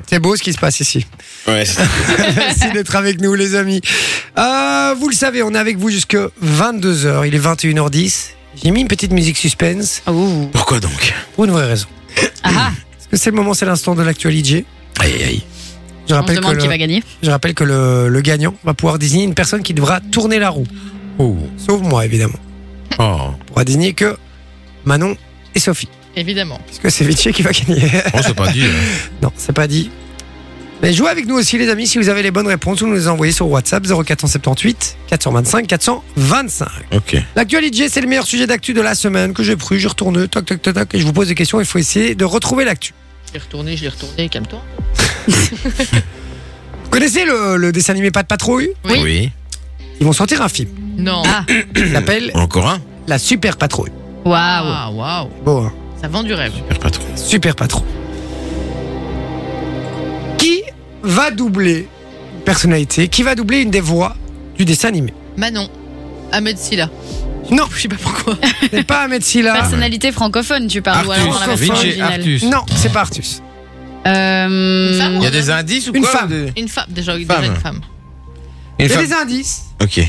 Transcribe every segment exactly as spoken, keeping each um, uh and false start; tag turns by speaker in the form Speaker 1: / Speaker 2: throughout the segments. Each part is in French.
Speaker 1: C'est beau ce qui se passe ici.
Speaker 2: Ouais, c'est ça.
Speaker 1: Merci d'être avec nous, les amis. Euh, vous le savez, on est avec vous jusque vingt-deux heures. Il est vingt et une heures dix. J'ai mis une petite musique suspense.
Speaker 3: Oh.
Speaker 2: Pourquoi donc?
Speaker 1: Pour une vraie raison.
Speaker 3: Ah.
Speaker 1: Parce que c'est le moment, c'est l'instant de l'actualité.
Speaker 2: Aïe, aïe.
Speaker 1: Je
Speaker 3: On se
Speaker 1: rappelle, que
Speaker 3: demande qui
Speaker 1: le,
Speaker 3: va gagner.
Speaker 1: je rappelle que le, le gagnant va pouvoir désigner une personne qui devra tourner la roue.
Speaker 2: Oh.
Speaker 1: Sauf moi, évidemment.
Speaker 2: Oh.
Speaker 1: On pourra désigner que Manon et Sophie.
Speaker 4: Évidemment.
Speaker 1: Puisque c'est Vinci qui va gagner.
Speaker 2: Oh, c'est pas dit. Hein.
Speaker 1: Non, c'est pas dit. Mais jouez avec nous aussi, les amis. Si vous avez les bonnes réponses, vous nous les envoyez sur WhatsApp zéro quatre sept huit quatre cent vingt-cinq quatre cent vingt-cinq.
Speaker 2: Ok.
Speaker 1: L'actualité, c'est le meilleur sujet d'actu de la semaine que j'ai pris. J'ai retourné, toc, toc, toc, toc, et je vous pose des questions. Il faut essayer de retrouver l'actu.
Speaker 4: Je l'ai retourné, je l'ai retourné, calme-toi.
Speaker 1: Vous connaissez le, le dessin animé Pas de Patrouille?
Speaker 4: Oui.
Speaker 2: Oui.
Speaker 1: Ils vont sortir un film.
Speaker 4: Non.
Speaker 3: Ah.
Speaker 1: Il s'appelle
Speaker 2: Encore un?
Speaker 1: La Super Patrouille.
Speaker 3: Waouh.
Speaker 4: Ah, waouh.
Speaker 1: Beau, hein?
Speaker 4: Ça vend du rêve.
Speaker 2: Super patron.
Speaker 1: Super Patrouille. Qui va doubler une personnalité? Qui va doubler une des voix du dessin animé?
Speaker 4: Manon. Ahmed Silla.
Speaker 1: Non,
Speaker 4: Je sais pas pourquoi.
Speaker 1: c'est pas Ahmed Silla.
Speaker 3: Personnalité francophone, tu parles, ou
Speaker 2: Artus.
Speaker 3: alors dans la version
Speaker 2: Vinci,
Speaker 3: originale.
Speaker 2: Artus.
Speaker 1: Non, c'est pas Artus.
Speaker 3: Euh,
Speaker 4: Une femme
Speaker 2: Il y a des indices ou
Speaker 1: Une
Speaker 2: quoi?
Speaker 1: femme.
Speaker 2: Des-
Speaker 4: Une femme, déjà, déjà
Speaker 2: Femme.
Speaker 4: une femme.
Speaker 2: Une
Speaker 1: Il y a
Speaker 2: femme.
Speaker 1: des indices.
Speaker 2: Ok.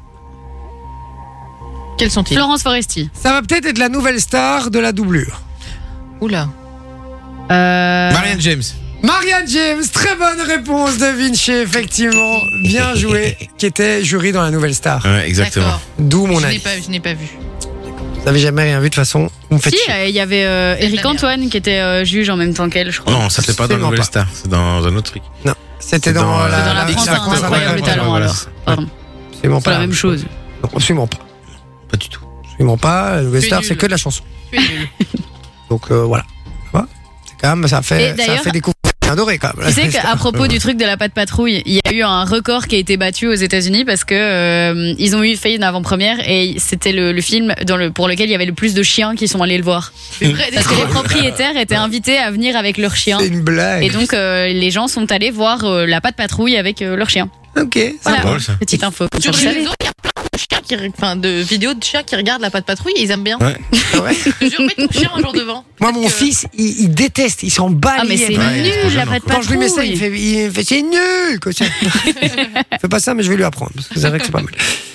Speaker 4: Quels sont-ils?
Speaker 3: Florence Foresti.
Speaker 1: Ça va peut-être être la nouvelle star de la doublure.
Speaker 4: Oula.
Speaker 3: Euh...
Speaker 2: Marianne James.
Speaker 1: Marianne James, très bonne réponse de Vinci, effectivement. Bien joué, qui était jury dans la nouvelle star.
Speaker 2: Ouais, exactement.
Speaker 4: D'accord.
Speaker 1: D'où mon
Speaker 4: Je
Speaker 1: avis.
Speaker 4: n'ai pas, je n'ai pas vu.
Speaker 1: Vous n'avez jamais rien vu de toute façon. Vous me faites
Speaker 3: Si,
Speaker 1: chier.
Speaker 3: euh, il y avait euh,
Speaker 4: C'est de la
Speaker 3: Eric
Speaker 4: merde.
Speaker 3: Antoine qui était euh, juge en même temps qu'elle, je crois.
Speaker 2: Non, ça c'est pas dans
Speaker 1: Absolument
Speaker 2: Nouvelle
Speaker 1: pas.
Speaker 2: Star, c'est dans un autre truc.
Speaker 1: Non, c'était
Speaker 2: C'est
Speaker 1: dans,
Speaker 2: dans,
Speaker 1: la,
Speaker 3: C'est dans la
Speaker 2: la
Speaker 3: France,
Speaker 2: X,
Speaker 3: un incroyable
Speaker 2: voilà,
Speaker 3: talent
Speaker 2: voilà,
Speaker 3: alors.
Speaker 2: c'est ça.
Speaker 3: Pardon,
Speaker 1: Absolument
Speaker 3: c'est
Speaker 1: pas
Speaker 3: la même chose.
Speaker 1: Non, absolument pas.
Speaker 2: Pas du tout.
Speaker 1: Absolument pas. La nouvelle
Speaker 4: Tu es
Speaker 1: star,
Speaker 4: nul.
Speaker 1: c'est que de la chanson.
Speaker 4: Tu es nul.
Speaker 1: Donc euh, voilà. Tu vois, c'est quand même, ça
Speaker 3: Et
Speaker 1: fait, ça
Speaker 3: d'ailleurs-
Speaker 1: fait découvrir un doré quand même.
Speaker 3: Tu sais qu'à propos du truc de la patte patrouille, il y a eu un record qui a été battu aux États-Unis parce que euh, ils ont eu fait une avant-première et c'était le, le film dans le, pour lequel il y avait le plus de chiens qui sont allés le voir.
Speaker 4: C'est vrai,
Speaker 3: Parce que les propriétaires étaient invités à venir avec leurs chiens.
Speaker 1: C'est une blague.
Speaker 3: Et donc euh, les gens sont allés voir euh, la patte patrouille avec euh, leurs chiens.
Speaker 1: Ok, c'est
Speaker 3: Voilà,
Speaker 2: drôle, ça.
Speaker 3: petite info. comme ça,
Speaker 4: Sur
Speaker 3: vous
Speaker 4: les
Speaker 3: savez.
Speaker 4: réseaux, il y a plein de chiens qui, enfin, de vidéos de chiens qui regardent la patte patrouille et ils aiment bien.
Speaker 2: Ouais.
Speaker 1: vrai.
Speaker 4: Je te jure, mets ton chien un jour devant.
Speaker 1: Moi, mon
Speaker 4: Peut-être que-
Speaker 1: fils, il, il déteste, il s'en bat
Speaker 3: Ah
Speaker 1: les
Speaker 3: mais c'est
Speaker 1: yeux.
Speaker 2: Ouais, il est trop
Speaker 3: nul
Speaker 2: jeune
Speaker 3: la patte
Speaker 2: encore.
Speaker 1: Quand je lui mets ça, il
Speaker 3: patrouille.
Speaker 1: me fait, il me fait c'est nul. Quoi, ça. Fais pas ça, mais je vais lui apprendre parce que c'est vrai que c'est pas mal.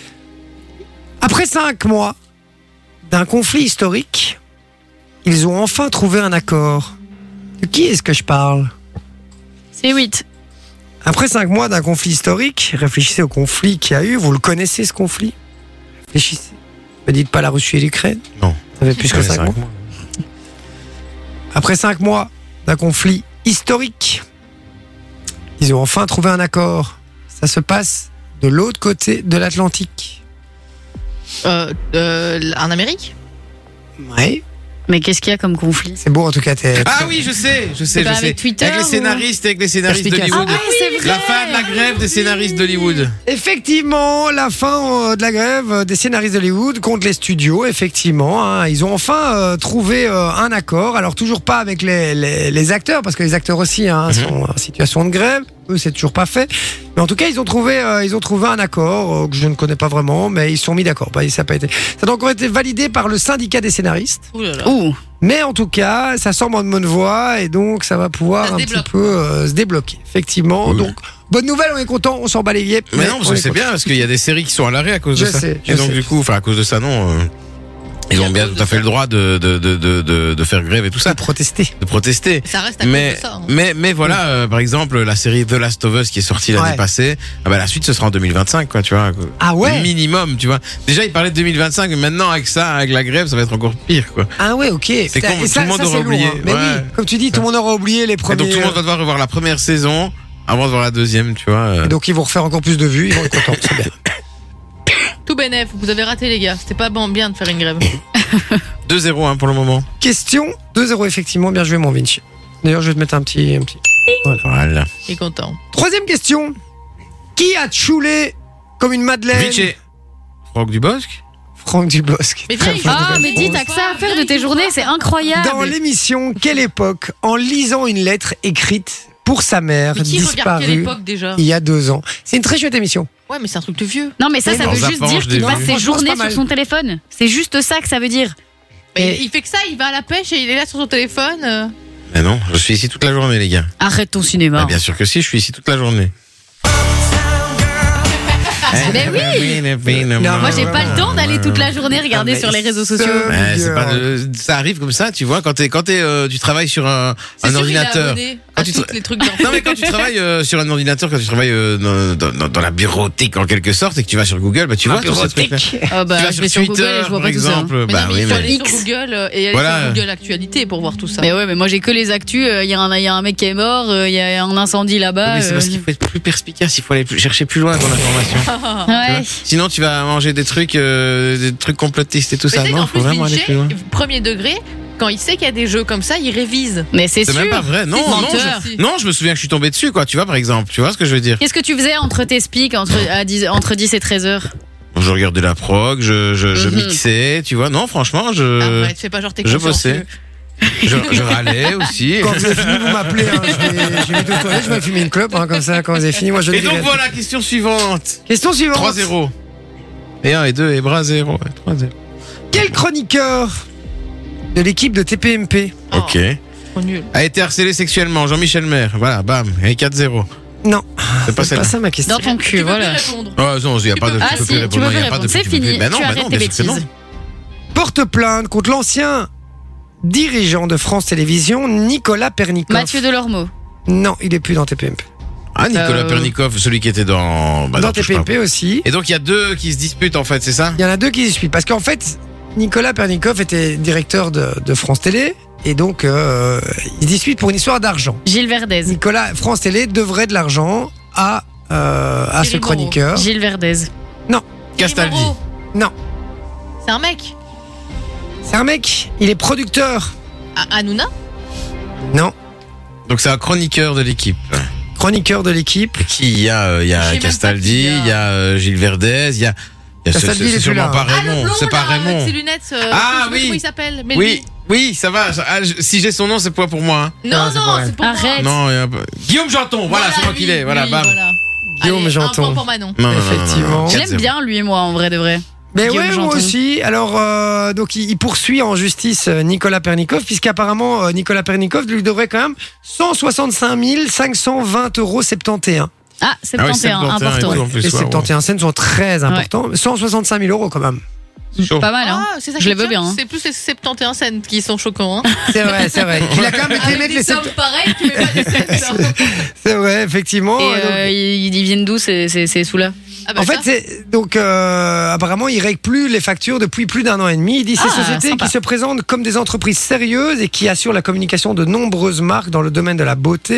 Speaker 1: Après cinq mois d'un conflit historique, ils ont enfin trouvé un accord. De qui est-ce que je parle?
Speaker 3: C'est huit.
Speaker 1: Après cinq mois d'un conflit historique, réfléchissez au conflit qu'il y a eu. Vous le connaissez, ce conflit? Réfléchissez. Ne dites pas la Russie et l'Ukraine.
Speaker 2: Non.
Speaker 1: Ça fait plus que
Speaker 2: Ouais,
Speaker 1: cinq
Speaker 2: cinq
Speaker 1: mois.
Speaker 2: mois.
Speaker 1: Après cinq mois d'un conflit historique, ils ont enfin trouvé un accord. Ça se passe de l'autre côté de l'Atlantique.
Speaker 4: Euh, euh, en Amérique?
Speaker 1: Ouais.
Speaker 3: Mais qu'est-ce qu'il y a comme conflit?
Speaker 1: C'est beau en tout cas. T'es,
Speaker 2: Ah oui, je sais, je sais,
Speaker 3: C'est
Speaker 2: je
Speaker 3: pas
Speaker 2: sais.
Speaker 3: avec Twitter
Speaker 2: Avec les
Speaker 3: ou-
Speaker 2: scénaristes, avec les scénaristes
Speaker 1: Perspicace.
Speaker 2: d'Hollywood.
Speaker 3: Ah ouais, c'est vrai.
Speaker 2: La fin de la grève des scénaristes d'Hollywood.
Speaker 1: Effectivement, la fin euh, de la grève euh, des scénaristes d'Hollywood contre les studios, effectivement. Hein, ils ont enfin euh, trouvé euh, un accord. Alors toujours pas avec les, les, les acteurs, parce que les acteurs aussi hein,
Speaker 2: Mhm.
Speaker 1: sont en situation de grève. Eux, c'est toujours pas fait. Mais en tout cas, ils ont trouvé, euh, ils ont trouvé un accord euh, que je ne connais pas vraiment, mais ils se sont mis d'accord. Bah, ça a pas été. Ça a encore été validé par le syndicat des scénaristes.
Speaker 4: Ouh là là.
Speaker 3: Ouh.
Speaker 1: Mais en tout cas, ça semble en bonne voie et donc ça va pouvoir
Speaker 4: Ça se
Speaker 1: un
Speaker 4: débloque.
Speaker 1: petit peu euh, se débloquer. Effectivement.
Speaker 2: Oui.
Speaker 1: Donc bonne nouvelle, on est content, on s'en bat les yeux.
Speaker 2: Mais non, parce
Speaker 1: on
Speaker 2: que
Speaker 1: est
Speaker 2: c'est
Speaker 1: content.
Speaker 2: bien, parce qu'il y a des séries qui sont à l'arrêt à cause
Speaker 1: Je
Speaker 2: de ça.
Speaker 1: sais, je
Speaker 2: Et donc,
Speaker 1: sais.
Speaker 2: du coup, enfin, à cause de ça, non. euh, Ils
Speaker 4: Et à
Speaker 2: ont bien
Speaker 4: cause
Speaker 2: tout
Speaker 4: de
Speaker 2: à fait
Speaker 4: ça.
Speaker 2: le droit de, de, de, de, de, de faire grève et tout ça,
Speaker 1: À protester.
Speaker 2: de protester.
Speaker 4: Ça reste à cause
Speaker 2: Mais,
Speaker 4: de ça. hein.
Speaker 2: mais, mais voilà, euh, par exemple, la série The Last of Us qui est sortie l'année
Speaker 1: Ouais.
Speaker 2: passée, ah bah, la suite ce sera en deux mille vingt-cinq, quoi, tu vois.
Speaker 1: Ah ouais.
Speaker 2: Minimum, tu vois. Déjà, ils parlaient de deux mille vingt-cinq, mais maintenant, avec ça, avec la grève, ça va être encore pire, quoi.
Speaker 1: Ah ouais, ok.
Speaker 2: C'est
Speaker 1: Putain,
Speaker 2: con,
Speaker 1: et
Speaker 2: tout
Speaker 1: ça,
Speaker 2: le monde
Speaker 1: ça,
Speaker 2: aura
Speaker 1: c'est lourd,
Speaker 2: oublié.
Speaker 1: hein. Mais
Speaker 2: Ouais.
Speaker 1: oui, comme tu dis, tout le monde aura oublié les
Speaker 2: Et
Speaker 1: premiers.
Speaker 2: donc, tout le monde va devoir revoir la première saison avant de voir la deuxième, tu vois. euh.
Speaker 1: Et donc ils vont refaire encore plus de vues, ils vont être contents, c'est bien.
Speaker 4: Tout bénef, vous avez raté les gars. C'était pas bon, bien de faire une grève.
Speaker 2: deux zéro hein, pour le moment.
Speaker 1: Question deux zéro effectivement, bien joué mon Vinci. D'ailleurs, je vais te mettre un petit, un petit. Voilà.
Speaker 2: Voilà.
Speaker 4: Il est content.
Speaker 1: Troisième question. Qui a choulé comme une madeleine?
Speaker 2: Vinci. Franck Dubosc.
Speaker 1: Franck Dubosc.
Speaker 4: Mais
Speaker 1: Très
Speaker 4: viens,
Speaker 1: bonne
Speaker 3: Ah mais
Speaker 1: réponse.
Speaker 3: dis, t'as que ça à faire de tes journées, c'est incroyable.
Speaker 1: Dans l'émission Quelle époque, en lisant une lettre écrite pour sa mère
Speaker 4: Mais qui regarde quelle
Speaker 1: disparue
Speaker 4: époque déjà?
Speaker 1: il y a deux ans. C'est une très chouette émission.
Speaker 4: Ouais, mais c'est un truc de vieux.
Speaker 3: Non mais ça,
Speaker 1: Mais
Speaker 3: ça
Speaker 1: non.
Speaker 3: veut
Speaker 2: Dans
Speaker 3: juste
Speaker 2: Zappan,
Speaker 3: dire
Speaker 2: je
Speaker 3: qu'il
Speaker 2: l'ai
Speaker 3: passe
Speaker 2: vu.
Speaker 3: ses
Speaker 1: Franchement, c'est
Speaker 3: journées
Speaker 1: pas
Speaker 3: sur
Speaker 1: mal.
Speaker 3: son téléphone. C'est juste ça que ça veut dire.
Speaker 4: Mais
Speaker 1: Et-
Speaker 4: il fait que ça, il va à la pêche et il est là sur son téléphone. euh.
Speaker 2: Mais non, je suis ici toute la journée, les gars.
Speaker 3: Arrête ton cinéma.
Speaker 2: Ah, bien sûr que si, je suis ici toute la journée.
Speaker 3: Mais oui.
Speaker 1: Non,
Speaker 3: Moi, j'ai pas le temps d'aller toute la journée regarder
Speaker 1: Ah, mais
Speaker 3: sur les réseaux sociaux.
Speaker 1: ce-
Speaker 2: Ouais, c'est pas de- ça arrive comme ça, tu vois, quand, t'es, quand t'es, euh, tu travailles sur un,
Speaker 4: C'est
Speaker 2: un
Speaker 4: sûr, il est
Speaker 2: ordinateur.
Speaker 4: abonné
Speaker 2: Quand
Speaker 4: à
Speaker 2: tu
Speaker 4: tous
Speaker 2: tra-
Speaker 4: les trucs d'enfants.
Speaker 2: Non mais quand tu travailles euh, sur un ordinateur, quand tu travailles euh, dans, dans, dans la bureautique en quelque sorte et que tu vas sur Google, bah tu vois tous ces trucs-là.
Speaker 3: Ah bah,
Speaker 2: tu vas
Speaker 3: je
Speaker 2: sur
Speaker 3: vais sur
Speaker 2: Twitter,
Speaker 3: Google et je vois
Speaker 2: par
Speaker 3: pas tout ça. hein.
Speaker 2: exemple.
Speaker 4: Mais
Speaker 2: Bah
Speaker 4: non, mais
Speaker 2: oui,
Speaker 4: il faut
Speaker 2: mais...
Speaker 4: aller sur
Speaker 3: X.
Speaker 4: Google euh, et aller
Speaker 2: Voilà.
Speaker 4: sur Google Actualité pour voir tout ça.
Speaker 3: Mais ouais, mais moi j'ai que les actus. Il y, a un- y a un mec qui est mort, il y a un incendie là-bas.
Speaker 2: Mais c'est parce
Speaker 3: euh,
Speaker 2: qu'il faut être plus perspicace, il faut aller plus- chercher plus loin ton information. tu vois.
Speaker 3: Ouais.
Speaker 2: Sinon tu vas manger des trucs, euh, des trucs complotistes et tout
Speaker 4: Mais
Speaker 2: ça.
Speaker 4: tu sais
Speaker 2: Non,
Speaker 4: qu'en
Speaker 2: faut
Speaker 4: plus,
Speaker 2: vraiment aller
Speaker 4: Vinci,
Speaker 2: plus loin.
Speaker 4: premier degré, quand il sait qu'il y a des jeux comme ça, il révise.
Speaker 3: Mais c'est
Speaker 2: C'est
Speaker 3: sûr.
Speaker 2: même pas vrai. Non,
Speaker 4: C'est
Speaker 2: non,
Speaker 4: menteur.
Speaker 2: je, non, je me souviens que je suis tombé dessus, quoi. Tu vois, par exemple. Tu vois ce que je veux dire?
Speaker 3: Qu'est-ce que tu faisais entre tes speaks entre, à dix, entre dix et treize heures?
Speaker 2: Je regardais la prog, je, je, je
Speaker 3: Mhm.
Speaker 2: mixais, tu vois. Non, franchement, je,
Speaker 4: Arrête, fais pas genre t'es
Speaker 2: je
Speaker 4: consciencieux.
Speaker 2: bossais. je, je râlais aussi.
Speaker 1: Quand vous avez fini, vous m'appelez. Hein. Je vais, je vais vite aux toilettes, je vais fumer une clope. Hein, comme ça, quand vous avez fini, moi je le
Speaker 2: Et donc
Speaker 1: dirai.
Speaker 2: voilà, question suivante.
Speaker 1: Question suivante.
Speaker 2: trois zéro. Et un et deux et bras zéro. Et trois zéro.
Speaker 1: Quel chroniqueur de l'équipe de T P M P
Speaker 4: Oh,
Speaker 2: Ok.
Speaker 4: trop nul.
Speaker 2: A été harcelé sexuellement, Jean-Michel Maire. Voilà, bam. Et quatre zéro.
Speaker 1: Non,
Speaker 2: C'est pas
Speaker 1: c'est
Speaker 2: celle-là.
Speaker 1: pas ça ma question.
Speaker 3: Dans ton
Speaker 4: Tu
Speaker 3: cul,
Speaker 4: peux
Speaker 3: voilà.
Speaker 4: plus répondre.
Speaker 2: Oh non, il n'y a pas de.
Speaker 3: Ah
Speaker 2: tu peux
Speaker 3: si,
Speaker 2: plus
Speaker 3: tu
Speaker 2: répondre.
Speaker 3: peux
Speaker 2: Non, il y
Speaker 3: plus
Speaker 2: a pas de-
Speaker 3: répondre. C'est
Speaker 2: tu peux plus-
Speaker 3: fini.
Speaker 2: Ben non,
Speaker 3: Tu
Speaker 2: ben
Speaker 3: arrêtes
Speaker 2: non,
Speaker 3: tes
Speaker 2: bien sûr que non.
Speaker 3: bêtises.
Speaker 1: Porte plainte contre l'ancien dirigeant de France Télévisions, Nicolas Pernikov.
Speaker 3: Mathieu Delormeau.
Speaker 1: Non, il est plus dans T P M P.
Speaker 2: Ah, Nicolas
Speaker 3: Euh,
Speaker 2: Pernikov, celui qui était dans. bah,
Speaker 1: dans
Speaker 2: dans
Speaker 1: T
Speaker 2: Touche
Speaker 1: P M
Speaker 2: pas.
Speaker 1: P aussi.
Speaker 2: Et donc il y a deux qui se disputent en fait, c'est ça?
Speaker 1: Il y en a deux qui y suivent. Parce qu'en fait, Nicolas Pernikov était directeur de, de France Télé. Et donc, euh, ils se disputent pour une histoire d'argent.
Speaker 3: Gilles Verdez.
Speaker 1: Nicolas, France Télé devrait de l'argent à, euh, à ce
Speaker 4: Thierry
Speaker 1: chroniqueur.
Speaker 3: Gilles Verdez.
Speaker 2: Castaldi.
Speaker 4: Moreau.
Speaker 1: Non.
Speaker 4: C'est un mec.
Speaker 1: C'est un mec, il est producteur.
Speaker 4: Ah, Hanouna.
Speaker 1: Non.
Speaker 2: Donc c'est un chroniqueur de l'équipe.
Speaker 1: Chroniqueur de l'équipe.
Speaker 2: Qui il y a, euh, il y
Speaker 4: Je sais
Speaker 2: a
Speaker 4: même pas
Speaker 2: Castaldi,
Speaker 4: qui il y a.
Speaker 2: il y a euh, Gilles Verdez, il y a. il y a ce-
Speaker 1: Castaldi,
Speaker 2: c'est-
Speaker 1: il est
Speaker 2: c'est
Speaker 1: plus
Speaker 2: sûrement
Speaker 1: là.
Speaker 2: pas
Speaker 4: Ah, le
Speaker 2: Raymond.
Speaker 4: blond,
Speaker 2: C'est pas
Speaker 4: là, avec
Speaker 2: Raymond.
Speaker 4: ses lunettes. euh,
Speaker 2: Ah,
Speaker 4: je sais pas
Speaker 2: oui.
Speaker 4: Comment il s'appelle? Mais
Speaker 2: Oui,
Speaker 4: lui.
Speaker 2: oui, ça va. ça- ah, je- si j'ai son nom, c'est pas pour moi. hein.
Speaker 4: Non,
Speaker 1: Non, c'est
Speaker 4: non,
Speaker 1: pas
Speaker 4: c'est pour moi.
Speaker 3: Arrête.
Speaker 2: Non, il y a pas- Guillaume Janton. Voilà, c'est moi
Speaker 4: lui,
Speaker 2: qui l'ai. Voilà,
Speaker 4: lui,
Speaker 2: bam.
Speaker 4: voilà.
Speaker 1: Guillaume
Speaker 4: Allez,
Speaker 1: Janton.
Speaker 4: Un point pour Manon.
Speaker 2: Non, non, non, non, non,
Speaker 1: Effectivement.
Speaker 2: quatre
Speaker 3: Je l'aime
Speaker 2: zéro.
Speaker 3: bien, lui, moi, en vrai de vrai.
Speaker 1: Mais
Speaker 3: Guillaume
Speaker 1: ouais, moi
Speaker 3: Janton.
Speaker 1: aussi. Alors, euh, donc, il, il poursuit en justice euh, Nicolas Pernikov, puisqu'apparemment, euh, Nicolas Pernikov lui devrait quand même cent soixante-cinq mille cinq cent vingt euros soixante-et-un.
Speaker 3: Ah,
Speaker 2: Ah oui,
Speaker 3: soixante et un,
Speaker 2: soixante et un et
Speaker 3: important.
Speaker 2: tout, en plus,
Speaker 1: Les
Speaker 2: ouais, ouais.
Speaker 1: soixante et un cents sont très importants. cent soixante-cinq mille euros quand même.
Speaker 2: Chaud.
Speaker 3: Pas mal, hein.
Speaker 4: Ah, c'est ça
Speaker 3: Je
Speaker 4: qui
Speaker 3: les veux
Speaker 4: choque,
Speaker 3: bien, hein.
Speaker 4: C'est plus les soixante et un cents qui sont choquants. Hein.
Speaker 1: C'est vrai, c'est vrai. Il a quand même été mettre les sept-
Speaker 4: pareils, tu mets pas des cents.
Speaker 1: C'est vrai, effectivement.
Speaker 3: Et
Speaker 1: Donc,
Speaker 3: euh, ils, ils viennent d'où ces, ces, ces sous-là?
Speaker 4: Ah bah
Speaker 1: en fait,
Speaker 4: ça.
Speaker 1: c'est donc euh, apparemment, il règle plus les factures depuis plus d'un an et demi. Il dit ces
Speaker 3: Ah,
Speaker 1: sociétés
Speaker 3: sympa.
Speaker 1: qui se présentent comme des entreprises sérieuses et qui assurent la communication de nombreuses marques dans le domaine de la beauté,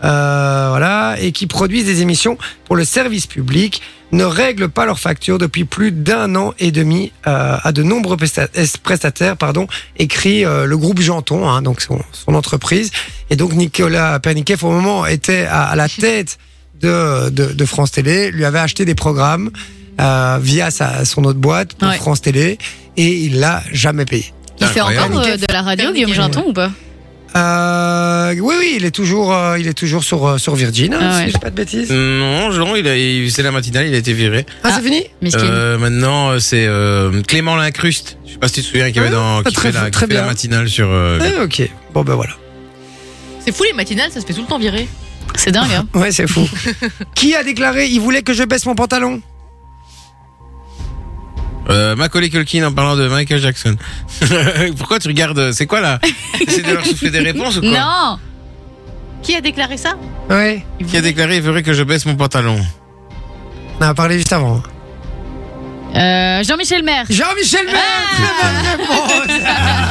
Speaker 1: euh, voilà, et qui produisent des émissions pour le service public, ne règlent pas leurs factures depuis plus d'un an et demi euh, à de nombreux presta- prestataires, pardon, écrit euh, le groupe Janton, hein, donc son, son entreprise. Et donc Nicolas Pernikov, au moment, était à, à la tête de, de, de France Télé, lui avait acheté des programmes euh, via sa, son autre boîte pour
Speaker 3: Ouais.
Speaker 1: France Télé et il l'a jamais payé.
Speaker 3: Il fait
Speaker 2: Incroyable.
Speaker 3: encore euh, de la radio,
Speaker 4: Perniquet.
Speaker 3: Guillaume Janton, ou pas?
Speaker 1: Euh, oui, oui, il est toujours, euh, il est toujours sur, euh, sur Virgin, hein,
Speaker 3: Ah ouais.
Speaker 1: si je dis pas de bêtises.
Speaker 2: Non, non, il a, il- c'est la matinale, il a été viré.
Speaker 1: Ah,
Speaker 3: Ah.
Speaker 1: c'est fini
Speaker 3: Miskin.
Speaker 2: Euh, maintenant, euh, c'est euh, Clément Lincruste. Je sais pas si tu te souviens, qui avait
Speaker 1: Ah,
Speaker 2: dans, qui
Speaker 1: très-
Speaker 2: fait, la, qui
Speaker 1: très
Speaker 2: fait la
Speaker 1: bien.
Speaker 2: matinale sur. euh,
Speaker 1: Ah, ok, bon ben voilà.
Speaker 4: C'est fou les matinales, ça se fait tout le temps virer.
Speaker 3: C'est dingue, hein.
Speaker 1: Ouais, c'est fou. Qui a déclaré il voulait que je baisse mon pantalon?
Speaker 2: Euh, Macaulay Culkin en parlant de Michael Jackson. Pourquoi tu regardes? C'est quoi là? C'est de leur souffler des réponses ou quoi?
Speaker 3: Non!
Speaker 4: Qui a déclaré ça?
Speaker 1: Ouais,
Speaker 2: Qui a déclaré il faudrait que je baisse mon pantalon?
Speaker 1: on en a parlé juste avant.
Speaker 3: Euh, Jean-Michel Maire.
Speaker 1: Jean-Michel Maire, très bonne réponse.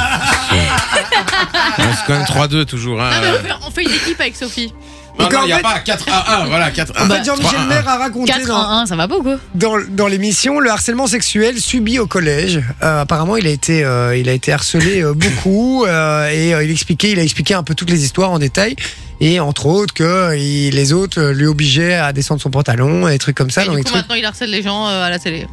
Speaker 2: Ouais, c'est quand même trois deux toujours. Hein.
Speaker 4: Non, mais on fait, on fait une équipe avec Sophie.
Speaker 2: Non,
Speaker 1: Donc,
Speaker 2: non,
Speaker 1: en
Speaker 2: il n'y a
Speaker 1: fait-
Speaker 2: pas quatre à un, voilà, quatre à un.
Speaker 1: En
Speaker 3: Bah,
Speaker 1: fait, Jean-Michel
Speaker 2: trois à un.
Speaker 1: Maire a raconté
Speaker 3: quatre
Speaker 1: dans,
Speaker 3: à un, ça va pas ou quoi?
Speaker 1: dans, dans l'émission le harcèlement sexuel subi au collège. Euh, apparemment, il a été, euh, il a été harcelé euh, beaucoup euh, et euh, il expliquait, il a expliqué un peu toutes les histoires en détail et entre autres que euh, il- les autres euh, lui obligeaient à descendre son pantalon et des trucs comme ça.
Speaker 4: Et
Speaker 1: dans
Speaker 4: du
Speaker 1: les
Speaker 4: coup,
Speaker 1: trucs.
Speaker 4: maintenant, il harcèle les gens euh, à la télé.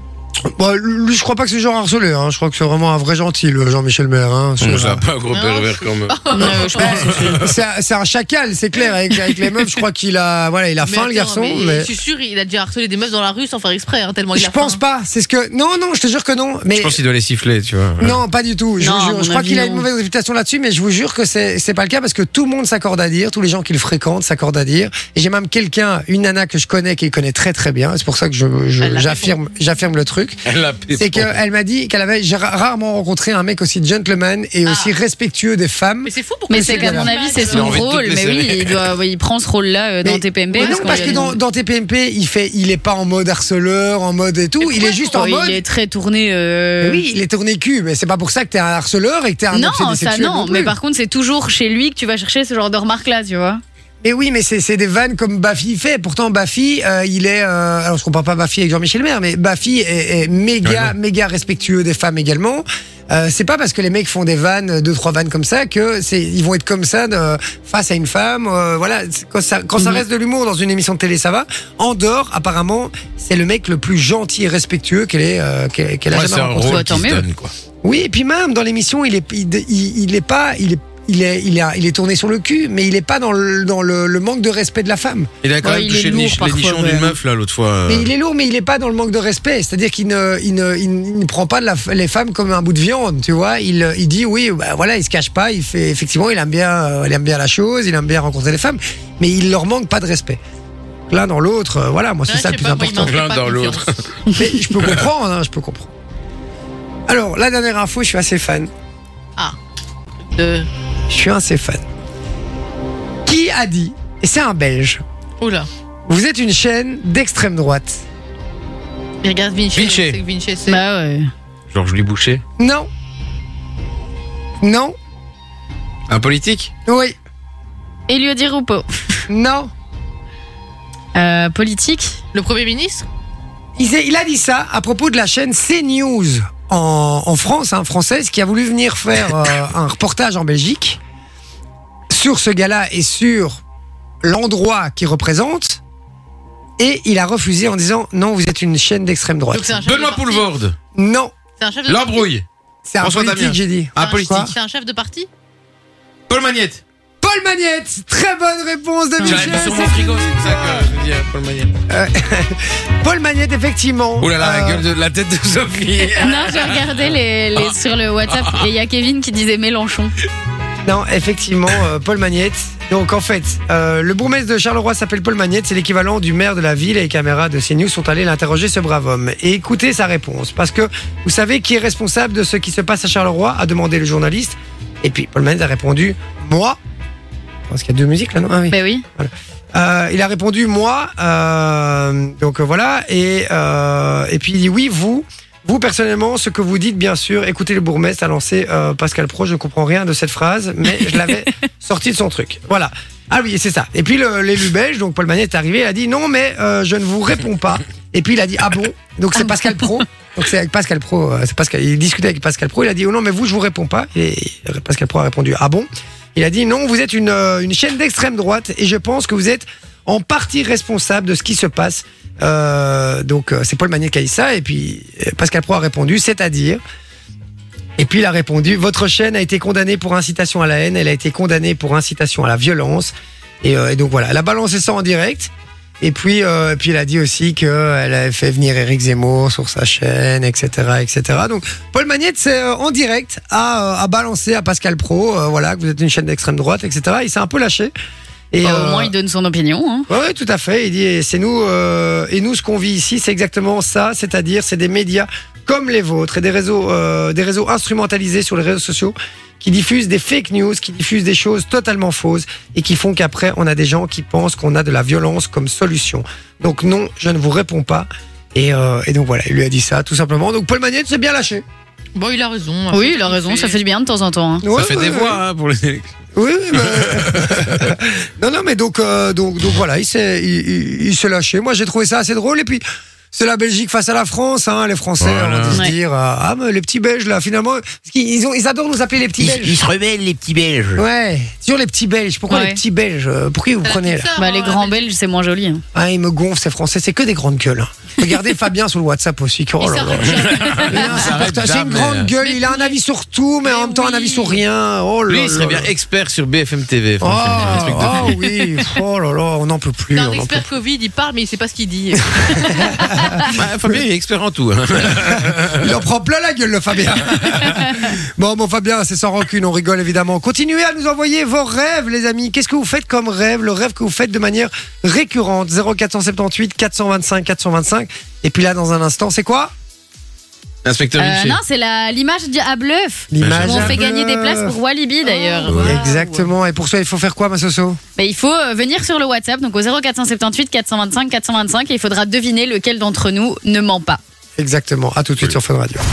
Speaker 1: Bon, lui, je crois pas que c'est le genre harcelé. Hein. Je crois que c'est vraiment un vrai gentil, le Jean-Michel Maire. Hein. C'est,
Speaker 2: On n'a
Speaker 1: euh,
Speaker 2: pas un gros
Speaker 4: Non.
Speaker 2: pervers quand même.
Speaker 3: Euh, je pense.
Speaker 1: c'est, un, c'est un chacal, c'est clair. Avec, avec les meufs, je crois qu'il a, voilà, il a
Speaker 4: Mais
Speaker 1: faim, le
Speaker 4: attends,
Speaker 1: garçon.
Speaker 4: mais
Speaker 1: Mais
Speaker 4: Je suis sûr, il a déjà harcelé des meufs dans la rue sans faire exprès, hein, tellement il
Speaker 1: je
Speaker 4: a
Speaker 1: pense
Speaker 4: faim.
Speaker 1: pas. C'est ce que. Non, non, je te jure que non. Mais
Speaker 2: Je pense qu'il doit les siffler, tu vois.
Speaker 1: non, pas du tout. Je,
Speaker 3: Non,
Speaker 1: vous
Speaker 3: à
Speaker 1: jure.
Speaker 3: mon
Speaker 1: Je crois
Speaker 3: avis,
Speaker 1: qu'il a une
Speaker 3: non.
Speaker 1: mauvaise réputation là-dessus, mais je vous jure que c'est c'est pas le cas parce que tout le monde s'accorde à dire, tous les gens qui le fréquentent s'accordent à dire. Et j'ai même quelqu'un, une nana que je connais, qui le connaît très très bien. C'est pour ça que je, je-
Speaker 4: Elle l'a fait
Speaker 1: j'affirme, j'affirme le truc.
Speaker 2: Elle a
Speaker 1: C'est qu'elle m'a dit qu'elle avait j'ai ra- rarement rencontré un mec aussi gentleman et
Speaker 4: Ah.
Speaker 1: aussi respectueux des femmes.
Speaker 4: Mais c'est fou pourquoi
Speaker 3: Mais
Speaker 4: il
Speaker 3: c'est
Speaker 4: fait
Speaker 3: qu'à
Speaker 4: ça.
Speaker 3: mon avis, c'est
Speaker 2: Il a
Speaker 3: son
Speaker 2: envie de toutes
Speaker 3: rôle.
Speaker 2: les
Speaker 3: Mais oui,
Speaker 2: serrer.
Speaker 3: il, doit, oui, il prend ce rôle-là euh, dans
Speaker 1: Mais-
Speaker 3: T P M P.
Speaker 1: mais non,
Speaker 3: qu'on
Speaker 1: parce
Speaker 3: lui
Speaker 1: que
Speaker 3: a
Speaker 1: dans,
Speaker 3: demandé.
Speaker 1: dans T P M P, il fait, il est pas en mode harceleur, en mode et tout.
Speaker 4: Mais
Speaker 1: Il est
Speaker 4: pourquoi
Speaker 1: juste
Speaker 3: Oh,
Speaker 1: en mode.
Speaker 3: il est très tourné. euh,
Speaker 1: Oui, il est tourné cul, mais c'est pas pour ça que t'es un harceleur et que t'es un
Speaker 3: Non,
Speaker 1: obsédé
Speaker 3: ça
Speaker 1: sexuel
Speaker 3: non.
Speaker 1: plus.
Speaker 3: Mais par contre, c'est toujours chez lui que tu vas chercher ce genre de remarques-là, tu vois.
Speaker 1: Mais oui, mais c'est c'est des vannes comme Baffy fait. Pourtant, Baffy, euh, il est. Euh, alors, je compare pas Baffy avec Jean-Michel Maire, mais Baffy est, est méga,
Speaker 2: Ouais,
Speaker 1: méga respectueux des femmes également. Euh, c'est pas parce que les mecs font des vannes, deux trois vannes comme ça, que c'est ils vont être comme ça de, face à une femme. Euh, voilà, C'est- quand ça quand ça
Speaker 3: Mhm.
Speaker 1: reste de l'humour dans une émission de télé, ça va. En dehors, apparemment, c'est le mec le plus gentil et respectueux qu'elle ait, euh, qu'elle qu'elle a
Speaker 2: Ouais,
Speaker 1: jamais
Speaker 2: c'est un
Speaker 1: rencontré.
Speaker 2: rôle
Speaker 3: Bah, tant
Speaker 2: qui se
Speaker 3: mieux.
Speaker 2: donne, quoi.
Speaker 1: Oui, et puis même dans l'émission, il est, il, il, il est pas, il est, il est, il est, il est tourné sur le cul, mais il est pas dans le, dans le, le manque de respect de la femme.
Speaker 2: Il a quand
Speaker 3: Ouais,
Speaker 2: même
Speaker 3: il
Speaker 2: touché
Speaker 3: est
Speaker 2: le
Speaker 3: lourd
Speaker 2: niche- les
Speaker 3: parfois,
Speaker 2: nichons
Speaker 3: ouais.
Speaker 2: d'une meuf, là, l'autre fois. euh.
Speaker 1: Mais il est lourd, mais il est pas dans le manque de respect. C'est-à-dire qu'il ne, il ne, il ne, il ne prend pas de la, les femmes comme un bout de viande, tu vois. Il, il dit oui, bah, voilà, il se cache pas. Il fait, effectivement, il aime bien, euh, il aime bien la chose, il aime bien rencontrer les femmes, mais il leur manque pas de respect. L'un dans l'autre, euh, voilà, moi c'est
Speaker 4: Ouais,
Speaker 1: ça le
Speaker 4: je sais
Speaker 1: plus
Speaker 4: pas, moi, il
Speaker 1: important.
Speaker 4: manquerait
Speaker 2: L'un
Speaker 4: pas
Speaker 2: dans
Speaker 4: de
Speaker 2: l'autre.
Speaker 4: confiance.
Speaker 1: Mais je peux comprendre, hein, je peux comprendre. Alors, la dernière info, je suis assez fan.
Speaker 4: De...
Speaker 1: Je suis assez fan. Qui a dit, et c'est un Belge,
Speaker 4: Oula.
Speaker 1: vous êtes une chaîne d'extrême droite.
Speaker 4: Il regarde Vinci.
Speaker 2: Vinci.
Speaker 4: C'est que Vinci, c'est...
Speaker 3: Bah ouais.
Speaker 2: Georges Louis Boucher.
Speaker 1: Non. Non.
Speaker 2: Un politique.
Speaker 1: Oui.
Speaker 3: Elio Di Rupo.
Speaker 1: Non.
Speaker 3: Euh, politique.
Speaker 4: Le Premier ministre.
Speaker 1: Il, s'est- il a dit ça à propos de la chaîne CNews en, en France, hein, française, qui a voulu venir faire euh, un reportage en Belgique sur ce gars-là et sur l'endroit qu'il représente. Et il a refusé en disant non, vous êtes une chaîne d'extrême droite.
Speaker 4: Donc c'est un chef de
Speaker 2: Benoît
Speaker 4: parti.
Speaker 2: Poulvorde.
Speaker 1: Non,
Speaker 4: C'est un chef de
Speaker 2: L'embrouille.
Speaker 1: c'est un
Speaker 2: François
Speaker 1: politique,
Speaker 2: Damien.
Speaker 1: j'ai dit.
Speaker 2: Un
Speaker 4: Quoi
Speaker 2: politique.
Speaker 4: C'est un chef de parti.
Speaker 2: Paul Magnette.
Speaker 1: Paul Magnette, très bonne réponse de
Speaker 2: J'avais
Speaker 1: Michel.
Speaker 2: mis sur mon
Speaker 1: c'est
Speaker 2: frigo,
Speaker 1: fini.
Speaker 2: c'est pour ça que je dis euh, Paul Magnette.
Speaker 1: Paul Magnette, effectivement.
Speaker 2: Oh là là, la
Speaker 1: Euh,
Speaker 2: gueule de la tête de Sophie.
Speaker 3: Non, j'ai regardé les, les- sur le WhatsApp et il y a Kevin qui disait Mélenchon.
Speaker 1: Non, effectivement, euh, Paul Magnette. Donc en fait, euh, le bourgmestre de Charleroi s'appelle Paul Magnette, c'est l'équivalent du maire de la ville et les caméras de CNews sont allées l'interroger, ce brave homme. Et écoutez sa réponse, parce que vous savez qui est responsable de ce qui se passe à Charleroi, a demandé le journaliste. Et puis Paul Magnette a répondu, moi. Je pense qu'il y a deux musiques là, non? Ah oui.
Speaker 3: Bah oui.
Speaker 1: Euh, il a répondu moi, euh, donc euh, voilà, et, euh, et puis il dit oui, vous, vous personnellement, ce que vous dites, bien sûr, écoutez le bourgmestre a lancé euh, Pascal Pro, je ne comprends rien de cette phrase, mais je l'avais sorti de son truc. Voilà. Ah oui, c'est ça. Et puis le- l'élu belge, donc Paul Magnette est arrivé, il a dit non, mais euh, je ne vous réponds pas. Et puis il a dit ah bon, donc c'est Pascal Pro. Donc c'est avec Pascal Pro, euh, c'est Pascal, il discutait avec Pascal Pro, il a dit oh non, mais vous, je vous réponds pas. Et Pascal Pro a répondu ah bon. Il a dit non, vous êtes une, euh, une chaîne d'extrême droite et je pense que vous êtes en partie responsable de ce qui se passe. Euh, donc euh, c'est Paul Magnette qui a dit ça et puis euh, Pascal Pro a répondu, c'est-à-dire. Et puis il a répondu, votre chaîne a été condamnée pour incitation à la haine, elle a été condamnée pour incitation à la violence. Et, euh, et donc voilà, elle a balancé ça en direct. Et puis, euh, et puis elle a dit aussi qu'elle avait fait venir Éric Zemmour sur sa chaîne, et cetera, et cetera. Donc Paul Magnette, c'est euh, en direct à, à balancer à Pascal Pro, euh, voilà, que vous êtes une chaîne d'extrême droite, et cetera. Il s'est un peu lâché. Et,
Speaker 3: Bah,
Speaker 1: euh,
Speaker 3: Au moins, il donne son opinion. Hein.
Speaker 1: oui, tout à fait. Il dit, et c'est nous, euh, et nous, ce qu'on vit ici, c'est exactement ça, c'est-à-dire, c'est des médias comme les vôtres et des réseaux, euh, des réseaux instrumentalisés sur les réseaux sociaux qui diffusent des fake news, qui diffusent des choses totalement fausses et qui font qu'après, on a des gens qui pensent qu'on a de la violence comme solution. Donc non, je ne vous réponds pas. Et, euh, et donc voilà, il lui a dit ça, tout simplement. Donc Paul Magnette s'est bien lâché.
Speaker 4: Bon, il a raison.
Speaker 3: Oui, il a raison, ça fait du bien de temps en temps. hein.
Speaker 1: Ouais,
Speaker 2: Ça fait
Speaker 1: ouais,
Speaker 2: des
Speaker 1: ouais.
Speaker 2: voix hein, pour les élections.
Speaker 1: Oui, oui, mais... non, non, mais donc, euh, donc, donc voilà, il s'est, il, il- il s'est lâché. Moi, j'ai trouvé ça assez drôle. Et puis, c'est la Belgique face à la France, hein. Les Français
Speaker 2: Voilà.
Speaker 1: on dit se
Speaker 3: Ouais.
Speaker 1: dire euh, ah mais les petits Belges là finalement parce qu'ils ils ont, ils adorent nous appeler les petits Belges.
Speaker 2: se rebellent, les petits Belges.
Speaker 1: Ouais, sur les petits Belges. Pourquoi
Speaker 3: Ouais.
Speaker 1: les petits Belges euh, Pourquoi vous
Speaker 4: C'est la
Speaker 1: prenez là
Speaker 4: petite sœur,
Speaker 3: Bah,
Speaker 4: hein,
Speaker 3: les
Speaker 4: la
Speaker 3: grands
Speaker 4: Belgique.
Speaker 3: belges, c'est moins joli. hein.
Speaker 1: Ah, ils me gonflent ces Français, c'est que des grandes gueules. hein. Regardez Fabien sur le WhatsApp aussi. qui- Oh
Speaker 4: Il
Speaker 1: là
Speaker 4: sort
Speaker 1: là.
Speaker 4: du jardin.
Speaker 1: Il est insupportable. C'est une
Speaker 2: jamais.
Speaker 1: grande gueule,
Speaker 4: Mais
Speaker 1: il a un
Speaker 4: oui.
Speaker 1: avis sur tout, mais,
Speaker 4: Mais
Speaker 1: en même temps un
Speaker 4: oui.
Speaker 1: avis sur rien. Oh là
Speaker 2: Lui, il serait
Speaker 1: là
Speaker 2: bien
Speaker 1: là.
Speaker 2: expert sur B F M T V.
Speaker 1: Oh,
Speaker 2: franchement. C'est un truc de
Speaker 1: oh
Speaker 2: fou.
Speaker 1: oui, oh là là, on n'en peut plus.
Speaker 4: C'est
Speaker 1: on
Speaker 4: un
Speaker 1: n'en peut
Speaker 4: expert Covid, il parle mais il sait pas ce qu'il dit.
Speaker 2: Bah, Fabien, il est expert en tout. hein.
Speaker 1: Il en prend plein la gueule, le Fabien. Bon, bon, Fabien, c'est sans rancune, on rigole évidemment. Continuez à nous envoyer vos rêves, les amis. Qu'est-ce que vous faites comme rêve, le rêve que vous faites de manière récurrente. zéro quatre sept huit quatre cent vingt-cinq quatre cent vingt-cinq. Et puis là, dans un instant, c'est quoi
Speaker 2: Inspecteur
Speaker 3: Euh,
Speaker 2: Vinci.
Speaker 3: non, c'est la- l'image à bluff.
Speaker 1: L'image
Speaker 3: On
Speaker 1: à
Speaker 3: fait gagner des
Speaker 1: bluff.
Speaker 3: places pour Walibi d'ailleurs.
Speaker 4: Oh.
Speaker 1: Oui,
Speaker 4: Wow.
Speaker 1: exactement. Et pour ça, il faut faire quoi, ma Soso
Speaker 3: Bah, il faut euh, venir sur le WhatsApp, donc au zéro quatre sept huit quatre cent vingt-cinq quatre cent vingt-cinq, et il faudra deviner lequel d'entre nous ne ment pas.
Speaker 1: Exactement. À tout de suite sur Fun Radio.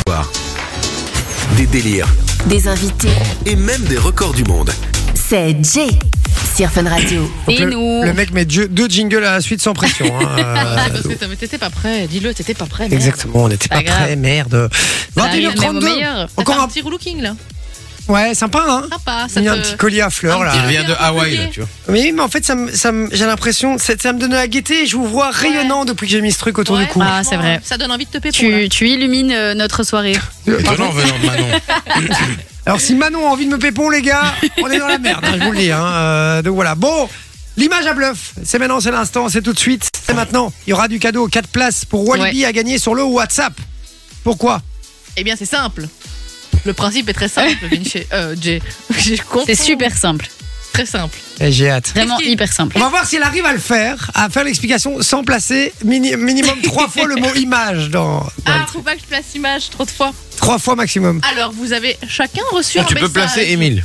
Speaker 5: Des délires
Speaker 6: Des invités,
Speaker 5: et même des records du monde.
Speaker 6: c'est Jay sur Fun Radio.
Speaker 1: Donc,
Speaker 3: Et
Speaker 1: le,
Speaker 3: nous
Speaker 1: le mec met deux, deux jingles à la suite sans pression. hein.
Speaker 4: C'est
Speaker 1: Euh,
Speaker 4: parce que t'avais- t'étais pas prêt, dis-le, t'étais pas prêt. merde.
Speaker 1: Exactement, on n'était pas
Speaker 3: Pas grave.
Speaker 1: prêts, merde.
Speaker 3: Ça arrive même au
Speaker 1: vingt et une heures trente-deux.
Speaker 3: meilleur.
Speaker 4: T'as
Speaker 1: Encore
Speaker 4: fait un
Speaker 1: un.
Speaker 4: petit relooking là.
Speaker 1: Ouais, sympa, hein
Speaker 4: Sympa, ça
Speaker 1: Il y a un
Speaker 4: te-
Speaker 1: petit collier à fleurs,
Speaker 4: un
Speaker 1: là.
Speaker 2: Il
Speaker 4: petit-
Speaker 2: revient de Hawaï, là, tu vois.
Speaker 1: Oui, mais en fait, ça me, ça me- j'ai l'impression, ça, ça me donne de la gaieté. Je vous vois rayonnant depuis que j'ai mis ce truc autour
Speaker 4: Ouais,
Speaker 1: du cou.
Speaker 3: Ah, c'est vrai.
Speaker 4: Ça donne envie de te péter.
Speaker 3: Tu, tu illumines euh, notre soirée.
Speaker 1: Euh,
Speaker 2: Étonnant
Speaker 1: pardon
Speaker 2: venant de Manon.
Speaker 1: Alors, si Manon a envie de me pépon, les gars, on est dans la merde, hein, je vous le dis. Hein. Euh, donc voilà. Bon, l'image à bluff, c'est maintenant, c'est l'instant, c'est tout de suite, c'est maintenant. Il y aura du cadeau, quatre places pour Walibi à gagner sur le WhatsApp. Pourquoi
Speaker 4: Eh bien, c'est simple. Le principe est très simple, Vinci. Euh, Jay. J'ai compris.
Speaker 3: C'est super simple.
Speaker 4: Très simple.
Speaker 1: Eh, J'ai hâte.
Speaker 3: Vraiment
Speaker 4: Qu'est-ce qui-
Speaker 3: hyper simple.
Speaker 1: On va voir si elle arrive à le faire, à faire l'explication sans placer mini- minimum trois fois le mot image dans, dans
Speaker 4: Ah,
Speaker 1: le-
Speaker 4: faut pas que je place image trop de fois.
Speaker 1: trois fois maximum.
Speaker 4: Alors, vous avez chacun reçu un
Speaker 2: Tu peux
Speaker 4: message.
Speaker 2: placer Émile.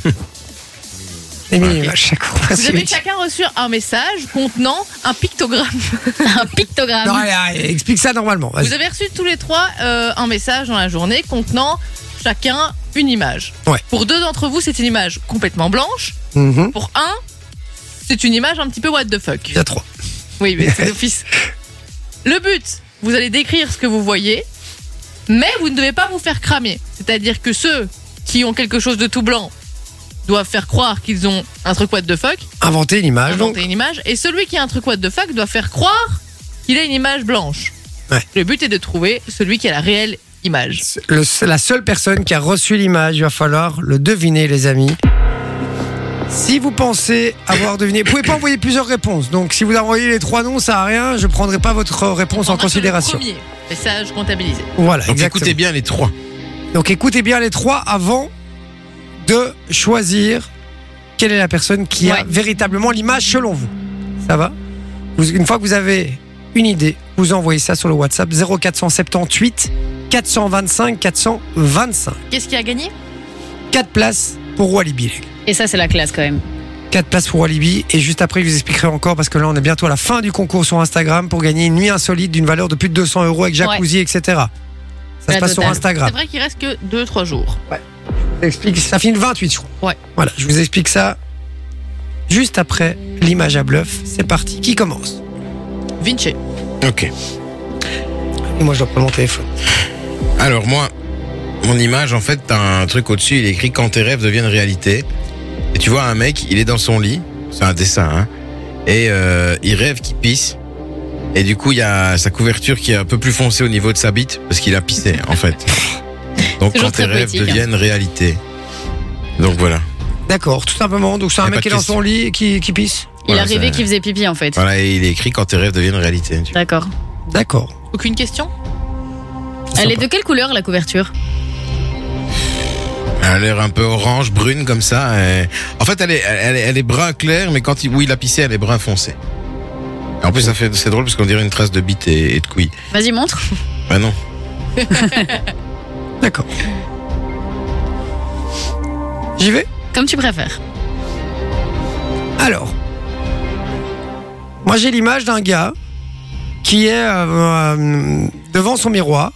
Speaker 1: Et mini- à chaque fois.
Speaker 4: Vous
Speaker 1: c'est
Speaker 4: avez
Speaker 1: vite.
Speaker 4: chacun reçu un message contenant un pictogramme.
Speaker 3: Un pictogramme.
Speaker 1: Non, allez, allez, explique ça normalement. vas-y.
Speaker 4: Vous avez reçu tous les trois euh, un message dans la journée contenant chacun une image.
Speaker 1: Ouais.
Speaker 4: Pour deux d'entre vous, c'est une image complètement blanche.
Speaker 1: Mhm.
Speaker 4: Pour un, c'est une image un petit peu what the fuck.
Speaker 1: Il y a trois.
Speaker 4: Oui, mais c'est d'office. Le but, vous allez décrire ce que vous voyez, mais vous ne devez pas vous faire cramer. C'est-à-dire que ceux qui ont quelque chose de tout blanc doivent faire croire qu'ils ont un truc what the fuck,
Speaker 1: Inventer une image. Donc,
Speaker 4: inventer une image, et celui qui a un truc what the fuck doit faire croire qu'il a une image blanche.
Speaker 1: Ouais.
Speaker 4: Le but est de trouver celui qui a la réelle image.
Speaker 1: le- la seule personne qui a reçu l'image, il va falloir le deviner, les amis. Si vous pensez avoir deviné, vous pouvez pas envoyer plusieurs réponses. Donc, si vous envoyez les trois noms, ça n'a rien. Je prendrai pas votre réponse en
Speaker 4: On prendra que le
Speaker 1: considération.
Speaker 4: Premier message comptabilisé.
Speaker 1: Voilà,
Speaker 2: Donc
Speaker 1: exactement.
Speaker 2: écoutez bien les trois.
Speaker 1: Donc, écoutez bien les trois avant de choisir quelle est la personne qui a
Speaker 3: Ouais.
Speaker 1: véritablement l'image selon vous. Ça va Vous- Une fois que vous avez une idée, vous envoyez ça sur le WhatsApp zéro quatre cent soixante-dix-huit quatre cent vingt-cinq quatre cent vingt-cinq.
Speaker 4: Qu'est-ce qui a gagné?
Speaker 1: quatre places pour Walibi, les gars.
Speaker 3: Et ça, c'est la classe quand même.
Speaker 1: quatre places pour Walibi. Et juste après, je vous expliquerai encore parce que là, on est bientôt à la fin du concours sur Instagram pour gagner une nuit insolite d'une valeur de plus de deux cents euros avec jacuzzi, et cetera. Ça se
Speaker 3: La
Speaker 1: passe sur
Speaker 3: totale.
Speaker 1: Instagram.
Speaker 4: C'est vrai qu'il reste que deux trois jours.
Speaker 1: Je vous explique, ça finit le vingt-huit, je crois.
Speaker 4: Ouais.
Speaker 1: Voilà, je vous explique ça juste après l'image à bluff. C'est parti. Qui commence?
Speaker 4: Vinci.
Speaker 2: Ok.
Speaker 1: Et moi, je dois prendre mon téléphone.
Speaker 2: Alors moi, mon image, en fait, t'as un truc au-dessus, il est écrit quand tes rêves deviennent réalité. Et tu vois un mec, il est dans son lit, c'est un dessin, hein, et euh, il rêve qu'il pisse. Et du coup, il y a sa couverture qui est un peu plus foncée au niveau de sa bite, parce qu'il a pissé, en fait. Donc
Speaker 3: Toujours
Speaker 2: quand tes
Speaker 3: très
Speaker 2: rêves
Speaker 3: poétique, hein.
Speaker 2: deviennent réalité. Donc voilà.
Speaker 1: D'accord, tout simplement. Donc, c'est
Speaker 2: Y
Speaker 1: un
Speaker 2: a
Speaker 1: mec
Speaker 2: pas
Speaker 1: qui est
Speaker 2: de
Speaker 1: dans son
Speaker 2: question.
Speaker 1: lit et qui, qui pisse.
Speaker 3: Il
Speaker 2: Voilà,
Speaker 3: a rêvé
Speaker 2: ça-
Speaker 3: qu'il faisait pipi en fait.
Speaker 2: Voilà, et il est écrit quand tes rêves deviennent réalité. tu vois.
Speaker 3: D'accord.
Speaker 1: D'accord.
Speaker 4: Aucune question?
Speaker 3: Elle est
Speaker 1: Sympa.
Speaker 3: de quelle couleur la couverture?
Speaker 2: Elle a l'air un peu orange, brune comme ça. et- En fait, elle est, elle, est- elle est brun clair, mais quand il, où il a pissé, elle est brun foncé. Et en plus, ça fait, c'est drôle parce qu'on dirait une trace de bite et, et de couilles.
Speaker 3: Vas-y, montre.
Speaker 2: Bah non.
Speaker 1: D'accord. J'y vais?
Speaker 3: Comme tu préfères.
Speaker 1: Alors, moi j'ai l'image d'un gars qui est euh, euh, devant son miroir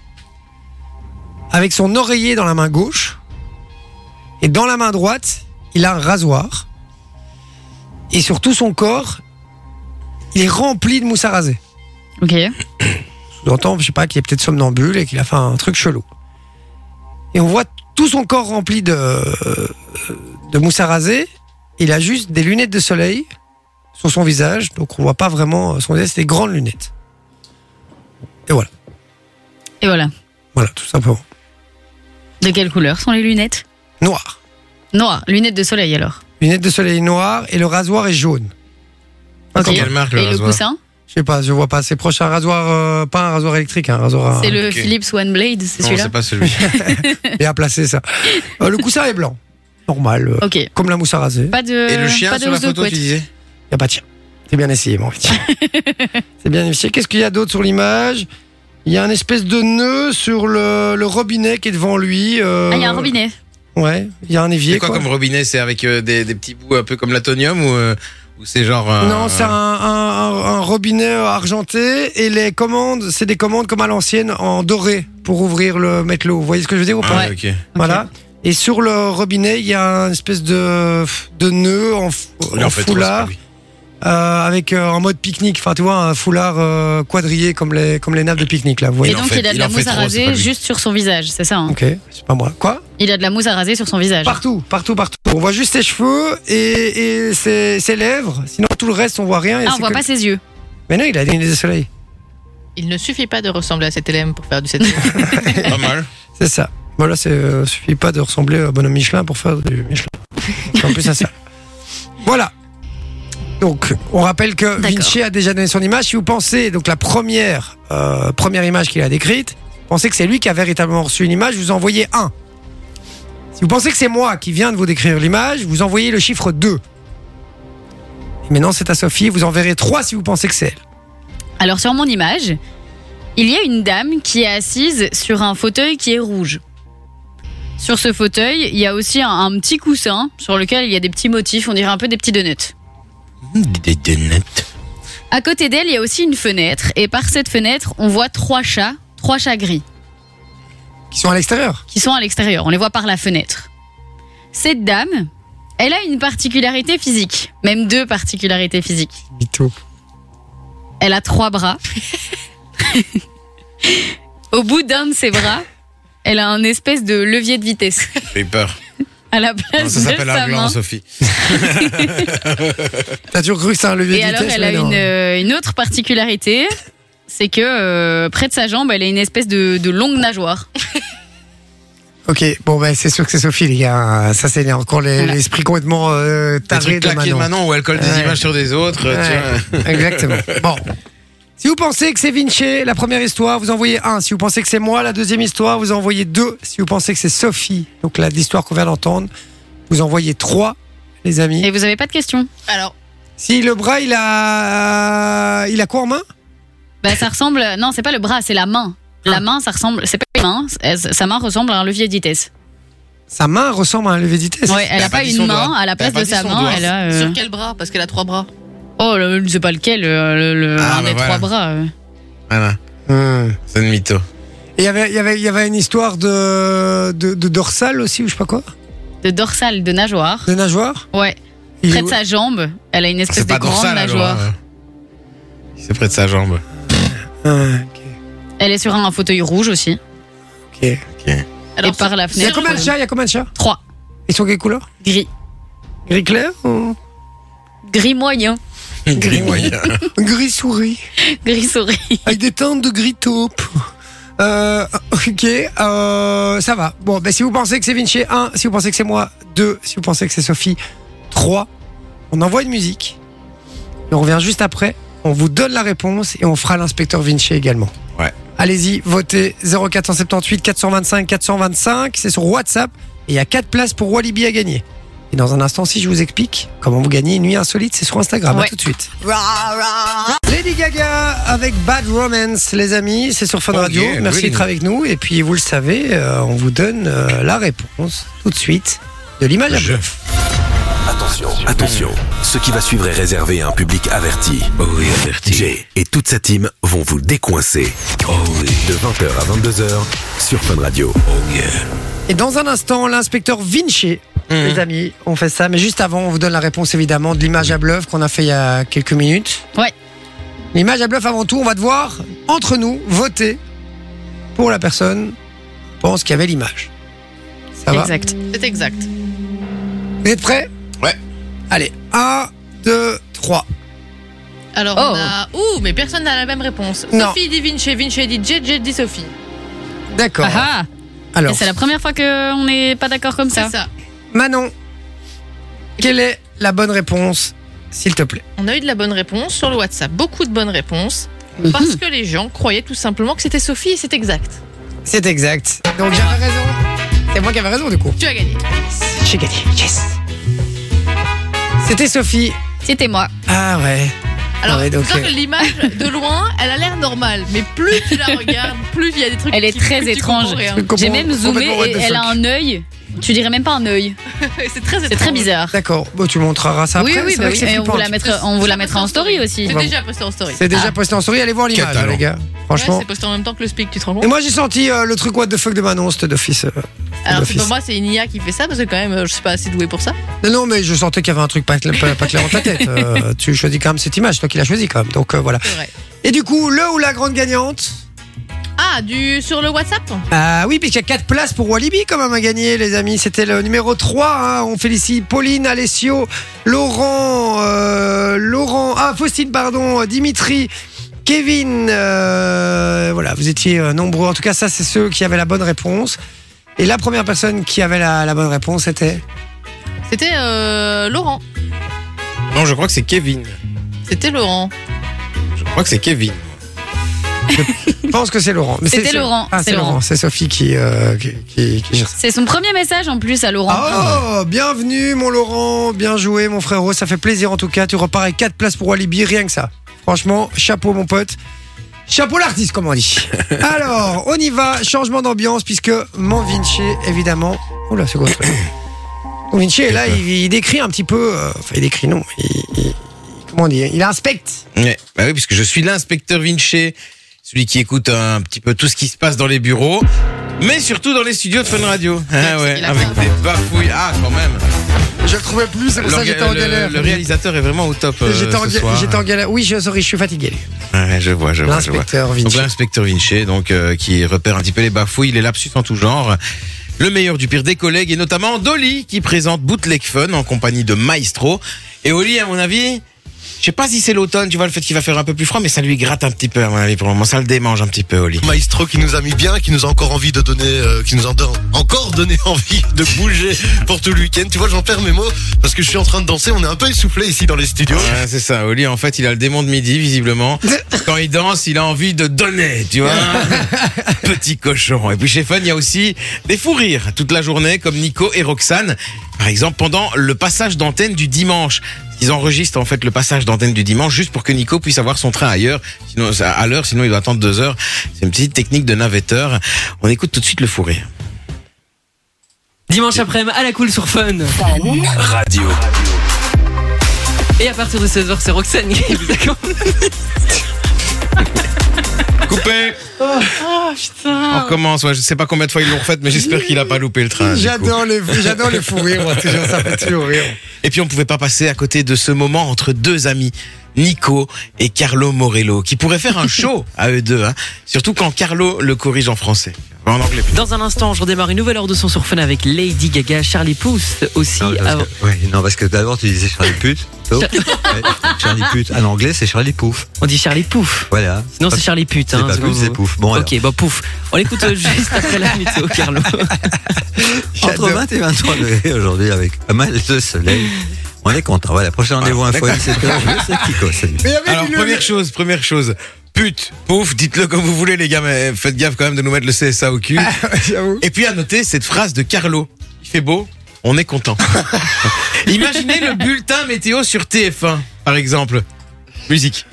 Speaker 1: avec son oreiller dans la main gauche et dans la main droite, il a un rasoir et sur tout son corps, il est rempli de mousse à raser.
Speaker 3: Ok.
Speaker 1: sous-entend, je sais pas, qu'il est peut-être somnambule et qu'il a fait un truc chelou. Et on voit tout son corps rempli de, de mousse à raser. Il a juste des lunettes de soleil sur son visage, donc on voit pas vraiment son visage, c'est des grandes lunettes. Et voilà.
Speaker 3: Et voilà.
Speaker 1: Voilà, tout simplement.
Speaker 3: De quelle couleur sont les lunettes?
Speaker 1: Noir.
Speaker 3: Noir. Lunettes de soleil alors.
Speaker 1: Lunettes de soleil noires et le rasoir est jaune.
Speaker 3: Ok.
Speaker 2: Quelle marque, le
Speaker 3: Et le
Speaker 2: rasoir
Speaker 3: coussin?
Speaker 1: Je sais pas, je vois pas. C'est proche un rasoir, euh, pas un rasoir électrique, un rasoir.
Speaker 3: C'est
Speaker 1: à-
Speaker 3: le
Speaker 2: ok.
Speaker 3: Philips One Blade, c'est
Speaker 2: Non,
Speaker 3: celui-là?
Speaker 2: c'est pas celui.
Speaker 1: Et à placer ça. Euh, le coussin est blanc. Normal. euh,
Speaker 3: Ok.
Speaker 1: Comme la mousse à raser.
Speaker 3: Pas de.
Speaker 2: Et le chien
Speaker 3: pas de
Speaker 2: sur la
Speaker 3: housse de
Speaker 2: photo, tu
Speaker 3: couette.
Speaker 2: disais
Speaker 1: Y a pas de chien. C'est bien essayé, mon petit. C'est bien essayé. Qu'est-ce qu'il y a d'autre sur l'image? Il y a un espèce de nœud sur le, le robinet qui est devant lui. euh,
Speaker 3: Ah, il y a un robinet.
Speaker 1: Ouais, il y a un évier.
Speaker 2: C'est quoi,
Speaker 1: quoi.
Speaker 2: comme robinet? C'est avec euh, des, des petits bouts un peu comme l'atonium ou, euh, ou c'est genre. euh,
Speaker 1: Non, c'est un, un, un- un robinet euh, argenté et les commandes, c'est des commandes comme à l'ancienne en doré pour ouvrir le mettre l'eau. Vous voyez ce que je veux dire ou pas?
Speaker 2: Ah, ouais, ok.
Speaker 1: Voilà. Et sur le robinet, il y a une espèce de, de nœud en, f-
Speaker 2: Lui,
Speaker 1: en
Speaker 2: en fait, trop,
Speaker 1: foulard.
Speaker 2: c'est pas lui.
Speaker 1: Euh, avec euh, en mode pique-nique, enfin tu vois un foulard euh, quadrillé comme les comme les nappes de pique-nique là, vous voyez.
Speaker 3: Et
Speaker 2: en
Speaker 3: donc
Speaker 2: fait-
Speaker 3: il a de
Speaker 2: il
Speaker 3: la
Speaker 2: en fait
Speaker 3: mousse à
Speaker 2: trop, c'est
Speaker 3: raser
Speaker 2: pas lui.
Speaker 3: juste sur son visage, c'est ça hein?
Speaker 1: Ok, c'est pas moi. Quoi?
Speaker 3: Il a de la mousse à raser sur son visage.
Speaker 1: Partout, partout, partout. On voit juste ses cheveux et, et ses, ses lèvres. Sinon tout le reste on voit rien. et
Speaker 3: Ah, on
Speaker 1: c'est
Speaker 3: voit
Speaker 1: que-
Speaker 3: pas ses yeux.
Speaker 1: Mais non, il a des lunettes de soleil.
Speaker 4: Il ne suffit pas de ressembler à cet élève pour faire du sept.
Speaker 2: Pas mal.
Speaker 1: C'est ça. Voilà, c'est euh, suffit pas de ressembler à bonhomme Michelin pour faire du Michelin. C'est en plus à ça. Voilà. Donc, on rappelle que
Speaker 3: D'accord.
Speaker 1: Vinci a déjà donné son image. Si vous pensez, donc la première, euh, première image qu'il a décrite, vous pensez que c'est lui qui a véritablement reçu une image, vous envoyez un. Si vous pensez que c'est moi qui viens de vous décrire l'image, vous envoyez le chiffre deux. Et maintenant, c'est à Sophie, vous enverrez trois si vous pensez que c'est elle.
Speaker 3: Alors sur mon image, il y a une dame qui est assise sur un fauteuil qui est rouge. Sur ce fauteuil, il y a aussi un, un petit coussin sur lequel il y a des petits motifs, on dirait un peu des petits donuts.
Speaker 2: Des donuts.
Speaker 3: À côté d'elle, il y a aussi une fenêtre et par cette fenêtre, on voit trois chats, trois chats gris
Speaker 1: Qui sont à l'extérieur.
Speaker 3: qui sont à l'extérieur. On les voit par la fenêtre. Cette dame, elle a une particularité physique, même deux particularités physiques.
Speaker 1: Mytho.
Speaker 3: Elle a trois bras. Au bout d'un de ses bras, elle a un espèce de levier de vitesse
Speaker 2: J'ai eu peur.
Speaker 3: à la
Speaker 2: Non,
Speaker 3: place
Speaker 2: ça
Speaker 3: de
Speaker 2: s'appelle
Speaker 3: sa
Speaker 2: un gland,
Speaker 3: main.
Speaker 2: Sophie.
Speaker 1: T'as toujours cru que c'est un levier
Speaker 3: Et
Speaker 1: de
Speaker 3: alors,
Speaker 1: vitesse
Speaker 3: elle a
Speaker 1: mais non.
Speaker 3: une, euh, une autre particularité, c'est que euh, près de sa jambe, elle a une espèce de, de longue nageoire.
Speaker 1: Ok, bon ben c'est sûr que c'est Sophie les gars. Ça c'est encore les-
Speaker 3: Voilà.
Speaker 1: l'esprit complètement euh,
Speaker 2: Des
Speaker 1: taré
Speaker 2: trucs
Speaker 1: de
Speaker 2: claqués de
Speaker 1: Manon.
Speaker 2: Manon où elle colle des
Speaker 1: Ouais.
Speaker 2: images sur des autres.
Speaker 1: Ouais,
Speaker 2: Tiens.
Speaker 1: exactement. Bon. Si vous pensez que c'est Vinci, la première histoire, vous envoyez un. Si vous pensez que c'est moi, la deuxième histoire, vous envoyez deux. Si vous pensez que c'est Sophie, donc la- l'histoire qu'on vient d'entendre, vous envoyez trois, les amis.
Speaker 3: Et vous avez pas de questions?
Speaker 4: Alors,
Speaker 1: Si le bras, il a, il a quoi en main?
Speaker 3: Bah, ça ressemble. Non, c'est pas le bras, c'est la main. La
Speaker 1: Ah.
Speaker 3: main, ça ressemble. C'est pas une main. elle- Sa main ressemble à un levier de vitesse.
Speaker 1: Sa main ressemble à un levier de vitesse.
Speaker 3: Ouais, elle
Speaker 2: Elle
Speaker 3: a
Speaker 2: a pas
Speaker 3: pas
Speaker 2: dit
Speaker 3: une
Speaker 2: son
Speaker 3: main.
Speaker 2: doigt.
Speaker 3: À la
Speaker 2: Elle a
Speaker 3: place
Speaker 2: pas
Speaker 3: de
Speaker 2: dit
Speaker 3: sa
Speaker 2: son
Speaker 3: main,
Speaker 2: doigt.
Speaker 3: elle a. euh,
Speaker 4: sur quel bras? Parce qu'elle a trois bras.
Speaker 3: Oh, le- je sais pas lequel. euh, Le, le-
Speaker 2: Ah,
Speaker 3: un
Speaker 2: bah
Speaker 3: des
Speaker 2: voilà.
Speaker 3: trois bras. euh.
Speaker 2: Voilà.
Speaker 1: Hum.
Speaker 2: C'est une mytho.
Speaker 1: Et il y avait, il y avait, il y avait une histoire de, de, de dorsale aussi ou je sais pas quoi,
Speaker 3: De dorsale, de nageoire.
Speaker 1: de nageoire.
Speaker 3: Ouais.
Speaker 1: Il
Speaker 3: Près
Speaker 1: est
Speaker 3: de
Speaker 1: où
Speaker 3: sa jambe, elle a une espèce
Speaker 2: C'est
Speaker 3: de
Speaker 2: pas
Speaker 3: grande
Speaker 2: dorsal alors.
Speaker 3: nageoire.
Speaker 2: euh. C'est près de sa jambe.
Speaker 1: Ah, ok,
Speaker 3: Elle est sur un fauteuil rouge aussi.
Speaker 1: ok.
Speaker 4: Alors,
Speaker 3: et par la
Speaker 1: Il y a
Speaker 3: fenêtre.
Speaker 1: combien de chats Il y a combien de chats
Speaker 3: Trois.
Speaker 1: Ils sont quelle couleur?
Speaker 3: Gris.
Speaker 1: Gris clair ou
Speaker 3: Gris moyen.
Speaker 2: Gris moyen.
Speaker 1: gris souris
Speaker 3: Gris souris.
Speaker 1: avec des teintes de gris taupe. Euh, ok, euh, ça va. Bon, ben si vous pensez que c'est Vinci, un. Si vous pensez que c'est moi, deux. Si vous pensez que c'est Sophie, trois. On envoie une musique. Et on revient juste après. On vous donne la réponse et on fera l'inspecteur Vinci également.
Speaker 2: Ouais.
Speaker 1: Allez-y, votez zéro quatre cent soixante-dix-huit quatre cent vingt-cinq quatre cent vingt-cinq. C'est sur WhatsApp. Et il y a quatre places pour Walibi à gagner. Et dans un instant, si je vous explique comment vous gagnez une nuit insolite, c'est sur Instagram. À
Speaker 3: Ouais.
Speaker 1: tout de suite. Lady Gaga avec Bad Romance, les amis. C'est sur Fun
Speaker 2: Oh
Speaker 1: Radio.
Speaker 2: yeah,
Speaker 1: Merci
Speaker 2: really.
Speaker 1: d'être avec nous. Et puis, vous le savez, euh, on vous donne euh, la réponse tout de suite de l'image à
Speaker 2: Je.
Speaker 1: bluff.
Speaker 5: Attention, attention. Ce qui va suivre est réservé à un public averti.
Speaker 2: Oh oui, averti.
Speaker 5: Jay et toute sa team vont vous décoincer.
Speaker 2: Oh oui.
Speaker 5: De vingt heures à vingt-deux heures sur Fun Radio.
Speaker 2: Oh yeah.
Speaker 1: Et dans un instant, l'inspecteur Vinci,
Speaker 2: Mhm.
Speaker 1: les amis, on fait ça. Mais juste avant, on vous donne la réponse évidemment de l'image à bluff qu'on a fait il y a quelques minutes.
Speaker 3: Ouais.
Speaker 1: L'image à bluff, avant tout, on va devoir entre nous, voter pour la personne qui pense qu'il y avait l'image. Ça va?
Speaker 3: Exact.
Speaker 4: C'est exact.
Speaker 1: Vous êtes prêts?
Speaker 2: Ouais.
Speaker 1: Allez, un, deux, trois.
Speaker 4: Alors,
Speaker 3: Oh.
Speaker 4: on a. Ouh, mais personne n'a la même réponse.
Speaker 1: Non.
Speaker 4: Sophie dit Vinci, Vinci dit J, J dit Sophie.
Speaker 1: D'accord.
Speaker 3: Ah ah.
Speaker 1: Alors,
Speaker 3: Et c'est la première fois qu'on n'est pas d'accord comme ça.
Speaker 4: C'est ça.
Speaker 1: Manon, quelle est la bonne réponse, s'il te plaît?
Speaker 4: On a eu de la bonne réponse sur le WhatsApp. Beaucoup de bonnes réponses.
Speaker 3: Mhm.
Speaker 4: Parce que les gens croyaient tout simplement que c'était Sophie et c'est exact.
Speaker 1: C'est exact. Donc j'avais raison. C'est moi qui avais raison du coup.
Speaker 4: Tu as gagné.
Speaker 1: J'ai gagné. Yes. C'était Sophie.
Speaker 3: C'était moi.
Speaker 1: Ah ouais.
Speaker 4: Alors,
Speaker 1: Ah ouais, donc,
Speaker 4: faut savoir
Speaker 1: euh,
Speaker 4: que l'image de loin, elle a l'air normale. Mais plus tu la regardes, plus il y a des trucs
Speaker 3: Elle est
Speaker 4: qui-
Speaker 3: très
Speaker 4: que tu
Speaker 3: étrange.
Speaker 4: comprends rien.
Speaker 1: Je comprends
Speaker 3: J'ai même zoomé
Speaker 1: complètement what
Speaker 3: et
Speaker 1: the
Speaker 3: elle a
Speaker 1: fuck.
Speaker 3: un œil. Tu dirais même pas un œil.
Speaker 4: C'est très
Speaker 3: C'est
Speaker 4: étrange.
Speaker 3: très bizarre.
Speaker 1: D'accord. Bon, tu montreras ça après.
Speaker 3: Oui, oui,
Speaker 1: C'est
Speaker 3: bah
Speaker 1: vrai
Speaker 3: oui.
Speaker 1: que c'est
Speaker 3: Et on
Speaker 1: flippant.
Speaker 3: vous la mettra, on vous la mettra en story aussi.
Speaker 4: C'est
Speaker 1: Bon.
Speaker 4: déjà posté en story.
Speaker 1: C'est déjà
Speaker 3: Ah.
Speaker 1: posté en story. Allez voir l'image,
Speaker 2: Quel
Speaker 1: hein, les gars.
Speaker 4: Ouais,
Speaker 1: Franchement.
Speaker 4: c'est posté en même temps que le speak, tu te rends
Speaker 1: Et
Speaker 4: compte?
Speaker 1: moi, j'ai senti euh, le truc what the fuck de Manon, c'était d'office. euh,
Speaker 4: Alors, c'est
Speaker 1: d'office.
Speaker 4: pour moi, c'est une I A qui fait ça parce que quand même, euh, je suis pas assez douée pour ça.
Speaker 1: Non, non, mais je sentais qu'il y avait un truc pas, cla- pas, pas clair dans ta tête. Euh, tu choisis quand même cette image, toi qui l'as choisi quand même. Donc euh, voilà.
Speaker 4: C'est vrai.
Speaker 1: Et du coup, le ou la grande gagnante?
Speaker 4: Ah, du sur le WhatsApp?
Speaker 1: Ah oui, puisqu'il y a quatre places pour Walibi quand même à gagner, les amis. C'était le numéro trois. Hein. On félicite Pauline, Alessio, Laurent, euh, Laurent, ah, Faustine, pardon, Dimitri, Kevin. euh, voilà, vous étiez euh, nombreux. En tout cas, ça, c'est ceux qui avaient la bonne réponse. Et la première personne qui avait la, la bonne réponse, c'était.
Speaker 4: C'était euh, Laurent.
Speaker 2: Non, je crois que c'est Kevin.
Speaker 4: C'était Laurent.
Speaker 2: Je crois que c'est Kevin.
Speaker 1: Je pense que c'est Laurent. Mais
Speaker 3: C'était
Speaker 1: c'est-
Speaker 3: Laurent,
Speaker 1: Ah,
Speaker 3: c'est
Speaker 1: c'est Laurent.
Speaker 3: Laurent.
Speaker 1: C'est Sophie qui, euh, qui, qui, qui gère ça.
Speaker 3: C'est son premier message en plus à Laurent.
Speaker 1: Oh, bienvenue mon Laurent, bien joué mon frérot, ça fait plaisir en tout cas, tu repars avec quatre places pour Walibi, rien que ça. Franchement, chapeau mon pote. Chapeau l'artiste comme on dit. Alors, on y va, changement d'ambiance puisque Mon Vinci évidemment... Oh là, c'est quoi ça? Mon Vinci est là, il, il décrit un petit peu... euh, Enfin, il décrit non, il, il- comment on dit? Il inspecte.
Speaker 2: Ouais, bah oui, puisque je suis l'inspecteur Vinci, celui qui écoute un petit peu tout ce qui se passe dans les bureaux, mais surtout dans les studios de Fun Radio. Ah ouais,
Speaker 4: Il a
Speaker 2: avec
Speaker 4: fait un
Speaker 2: des bafouilles. Ah, quand même.
Speaker 1: Je le trouvais plus, c'est pour ça que j'étais en
Speaker 2: le,
Speaker 1: galère.
Speaker 2: le réalisateur est vraiment au top. euh,
Speaker 1: J'étais en,
Speaker 2: ce
Speaker 1: ga-
Speaker 2: soir.
Speaker 1: j'étais en galère. Oui, je, sorry, je suis fatigué.
Speaker 2: Ouais, je vois, je vois, je vois.
Speaker 1: L'inspecteur
Speaker 2: Donc
Speaker 1: Vinci.
Speaker 2: l'inspecteur Vinci, donc euh, qui repère un petit peu les bafouilles, les lapsus en tout genre. Le meilleur du pire des collègues et notamment Dolly qui présente Bootleg Fun en compagnie de Maestro. Et Oli, à mon avis, je sais pas si c'est l'automne, tu vois, le fait qu'il va faire un peu plus froid, mais ça lui gratte un petit peu à mon avis pour le moment, ça le démange un petit peu, Oli.
Speaker 7: Maestro qui nous a mis bien, qui nous a encore envie de donner, euh, qui nous a don- encore donné envie de bouger pour tout le week-end. Tu vois, j'en perds mes mots parce que je suis en train de danser. On est un peu essoufflé ici dans les studios.
Speaker 2: Ouais, c'est ça, Oli, en fait, il a le démon de midi, visiblement. Quand il danse, il a envie de donner, tu vois. Petit cochon. Et puis chez Fun, il y a aussi des fous rires toute la journée, comme Nico et Roxane. Par exemple, pendant le passage d'antenne du dimanche. Ils enregistrent en fait le passage d'antenne du dimanche juste pour que Nico puisse avoir son train ailleurs, sinon à l'heure, sinon il doit attendre deux heures. C'est une petite technique de navetteur. On écoute tout de suite le fou rire.
Speaker 8: Dimanche après-midi à la cool sur Fun.
Speaker 5: Radio.
Speaker 8: Et à partir de seize heures, c'est Roxane qui vous accompagne.
Speaker 2: Coupé.
Speaker 4: Oh
Speaker 2: On
Speaker 4: putain.
Speaker 2: recommence. Ouais, je sais pas combien de fois ils l'ont refait, mais j'espère qu'il a pas loupé le train. du coup.
Speaker 1: J'adore les, j'adore les fous rires, moi, toujours, ça fait toujours rire.
Speaker 2: Et puis on pouvait pas passer à côté de ce moment entre deux amis, Nico et Carlo Morello, qui pourraient faire un show à eux deux, hein. Surtout quand Carlo le corrige en français. En anglais.
Speaker 8: Dans un instant, je redémarre une nouvelle heure de son sur Fun avec Lady Gaga, Charlie Puth aussi.
Speaker 9: Non, parce
Speaker 8: avant-
Speaker 9: que, ouais, non, parce que d'abord tu disais Charlie Pute. Oh. Ouais, Charlie Pute. En anglais, c'est Charlie Pouf.
Speaker 8: On dit Charlie Pouf.
Speaker 9: Voilà.
Speaker 8: Sinon, c'est Charlie Pute.
Speaker 9: C'est
Speaker 8: Hein,
Speaker 9: pas
Speaker 8: comme
Speaker 9: Pute, c'est
Speaker 8: vous-
Speaker 9: Pouf. Bon,
Speaker 8: Ok, bah Pouf. On l'écoute euh, juste après la météo, Carlo.
Speaker 9: Entre vingt et vingt-trois degrés aujourd'hui avec pas mal de soleil. On est content. Voilà, prochain rendez-vous
Speaker 2: Ah,
Speaker 9: info
Speaker 2: d'accord.
Speaker 9: dix-sept heures. C'est Kiko, salut.
Speaker 1: Mais il y avait
Speaker 2: Alors
Speaker 1: une-
Speaker 2: première chose, première chose. Pute, pouf, dites-le comme vous voulez les gars, mais faites gaffe quand même de nous mettre le C S A au cul.
Speaker 1: J'avoue.
Speaker 2: Et puis à noter cette phrase de Carlo. Il fait beau, on est content. Imaginez le bulletin météo sur T F un, par exemple. Musique.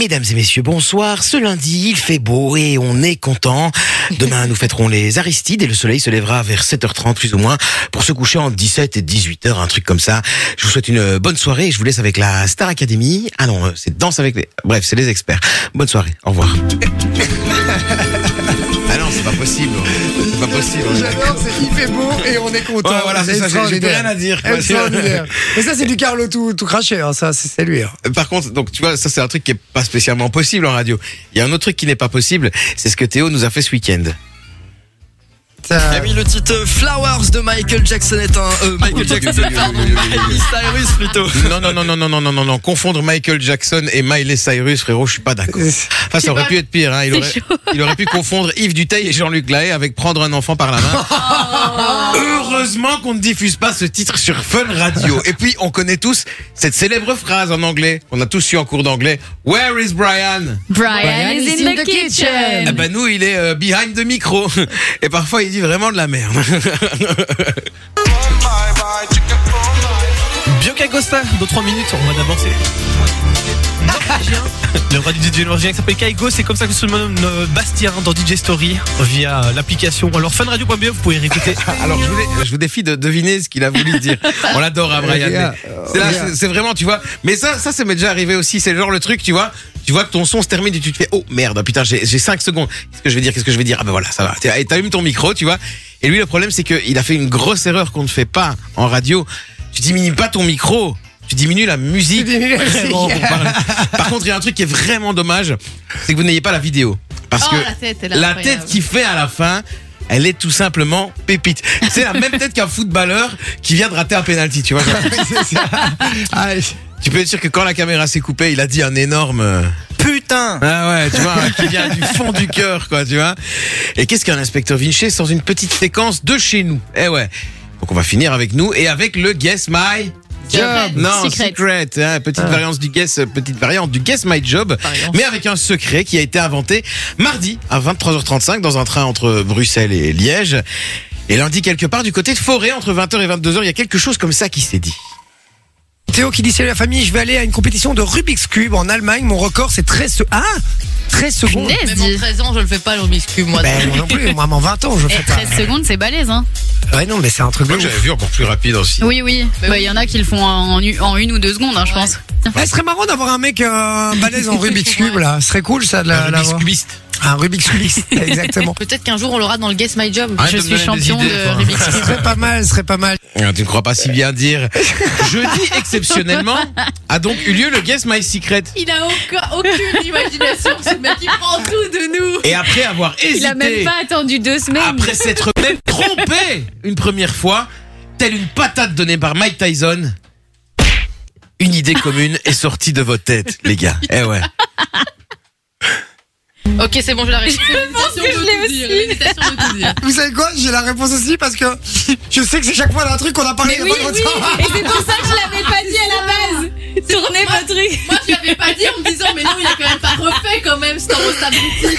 Speaker 2: Mesdames et messieurs, bonsoir. Ce lundi, il fait beau et on est content. Demain, nous fêterons les Aristides et le soleil se lèvera vers sept heures trente plus ou moins pour se coucher entre dix-sept et dix-huit heures, un truc comme ça. Je vous souhaite une bonne soirée et je vous laisse avec la Star Academy. Ah non, c'est Danse avec les... Bref, c'est les experts. Bonne soirée, au revoir. Ah non, c'est pas possible. C'est pas possible.
Speaker 1: J'adore, c'est il fait beau et on est content.
Speaker 2: Ouais, voilà, c'est ça, j'ai- j'ai plus rien à dire, quoi.
Speaker 1: Extraordinaire. Mais ça, c'est du Carlo tout, tout craché, hein, ça, c'est c'est lui. Hein.
Speaker 2: Par contre, donc tu vois, ça c'est un truc qui est pas spécialement possible en radio. Il y a un autre truc qui n'est pas possible, c'est ce que Théo nous a fait ce week-end.
Speaker 1: Ça-
Speaker 10: Ah oui, le titre euh, Flowers de Michael Jackson est un. Euh, Michael Jackson, pardon. Miley Cyrus plutôt.
Speaker 2: Non, non, non, non, non, non, non, non, non. Confondre Michael Jackson et Miley Cyrus, frérot, je suis pas d'accord. Enfin, ça aurait pu être pire, hein. Il
Speaker 3: C'est
Speaker 2: aurait,
Speaker 3: chaud.
Speaker 2: il aurait pu confondre Yves Duteil et Jean-Luc Lahaye avec Prendre un enfant par la main. Heureusement qu'on ne diffuse pas ce titre sur Fun Radio. Et puis, on connaît tous cette célèbre phrase en anglais, qu'on a tous su en cours d'anglais. Where is Brian?
Speaker 3: Brian is in the kitchen.
Speaker 2: Ah bah nous, il est euh, behind the micro. Et parfois, il dit vraiment de la merde.
Speaker 11: Bianca Costa, dans trois minutes, on va d'abord c'est. Le roi du D J norvégien qui s'appelle Kaigo, c'est comme ça que se nomme euh, Bastien dans D J Story via euh, l'application. Alors funradio point b e, vous pouvez réécouter.
Speaker 2: Alors je vous, dé- je vous défie de deviner ce qu'il a voulu dire. On l'adore, hein, Brian. mais C'est, là, c'est, c'est vraiment, tu vois. Mais ça, ça, ça m'est déjà arrivé aussi. C'est le genre le truc, tu vois. Tu vois que ton son se termine et tu te fais oh merde, putain, j'ai, j'ai cinq secondes. Qu'est-ce que je vais dire Qu'est-ce que je vais dire Ah ben voilà, ça va. Et t'allumes ton micro, tu vois. Et lui, le problème, c'est qu'il a fait une grosse erreur qu'on ne fait pas en radio. Tu diminues pas ton micro. Tu diminues la musique.
Speaker 1: Tu diminues la musique.
Speaker 2: Vraiment, pour parler. Par contre, il y a un truc qui est vraiment dommage, c'est que vous n'ayez pas la vidéo. Parce
Speaker 4: Oh,
Speaker 2: que
Speaker 4: la tête, elle est
Speaker 2: la
Speaker 4: incroyable.
Speaker 2: tête qu'il fait à la fin, elle est tout simplement pépite. C'est la même tête qu'un footballeur qui vient de rater un penalty, tu vois. genre.
Speaker 1: Ah,
Speaker 2: Tu peux être sûr que quand la caméra s'est coupée, il a dit un énorme euh,
Speaker 10: Putain.
Speaker 2: ah ouais, tu vois, qui vient du fond du cœur, quoi, tu vois. Et qu'est-ce qu'un inspecteur Vinci sans une petite séquence de chez nous? Eh ouais. Donc on va finir avec nous et avec le Guess My
Speaker 3: Job.
Speaker 2: Non,
Speaker 3: Secret.
Speaker 2: secret, hein, petite variante du guess, petite variante du Guess My Job,
Speaker 4: Variante.
Speaker 2: mais avec un secret qui a été inventé mardi à vingt-trois heures trente-cinq dans un train entre Bruxelles et Liège. Et lundi quelque part du côté de Forêt entre vingt heures et vingt-deux heures, il y a quelque chose comme ça qui s'est dit.
Speaker 1: Théo qui dit salut la famille, je vais aller à une compétition de Rubik's Cube en Allemagne. Mon record c'est treize se- Ah treize secondes.
Speaker 3: Punaise,
Speaker 4: Même en
Speaker 3: dis.
Speaker 4: treize ans, je le fais pas le Rubik's Cube, moi.
Speaker 1: Ben moi non plus, moi en vingt ans je
Speaker 3: Eh,
Speaker 1: fais pas.
Speaker 3: treize secondes, c'est balèze, hein.
Speaker 1: Ouais non mais c'est un truc
Speaker 2: Moi
Speaker 1: de
Speaker 2: que
Speaker 1: ouf.
Speaker 2: j'avais vu encore plus rapide aussi.
Speaker 3: Oui, oui. Bah, il y en a qui le font en, u- en une ou deux secondes, hein, je
Speaker 4: Ouais.
Speaker 3: pense.
Speaker 1: Ouais, ce serait marrant d'avoir un mec euh, balèze en Rubik's Cube là, ce serait cool ça de la,
Speaker 2: Un Rubik's
Speaker 1: l'avoir.
Speaker 2: Cubiste.
Speaker 1: Un Rubik's Cubiste, exactement.
Speaker 4: Peut-être qu'un jour, on l'aura dans le Guess My Job.
Speaker 2: Arrête
Speaker 3: Je
Speaker 2: de me
Speaker 3: suis
Speaker 2: donner des
Speaker 3: champion
Speaker 2: idées,
Speaker 3: de
Speaker 2: toi.
Speaker 3: Rubik's
Speaker 1: Ce
Speaker 3: Cube.
Speaker 1: serait pas mal, ce serait pas mal.
Speaker 2: Ah, tu ne crois pas si bien dire. Jeudi, exceptionnellement, a donc eu lieu le Guess My Secret.
Speaker 4: Il a aucun- aucune imagination, ce mec, il prend tout de nous.
Speaker 2: Et après avoir
Speaker 3: Il a même
Speaker 2: hésité,
Speaker 3: pas attendu deux semaines.
Speaker 2: après s'être même trompé une première fois, telle une patate donnée par Mike Tyson, une idée commune est sortie de votre tête, les gars. Eh ouais.
Speaker 4: Ok, c'est bon, je l'arrête.
Speaker 3: Je pense que je l'ai aussi.
Speaker 4: L'hésitation de tout dire.
Speaker 1: Vous savez quoi? J'ai la réponse aussi parce que je sais que c'est chaque fois un truc qu'on a parlé
Speaker 3: Mais
Speaker 1: il y a
Speaker 3: oui,
Speaker 1: pas
Speaker 3: oui.
Speaker 1: longtemps.
Speaker 3: Et c'est pour ça que je l'avais pas dit à la base. Tournez votre truc.
Speaker 4: Moi, je l'avais pas dit en me disant, mais non, il a quand même pas refait quand même Star Wars Stability.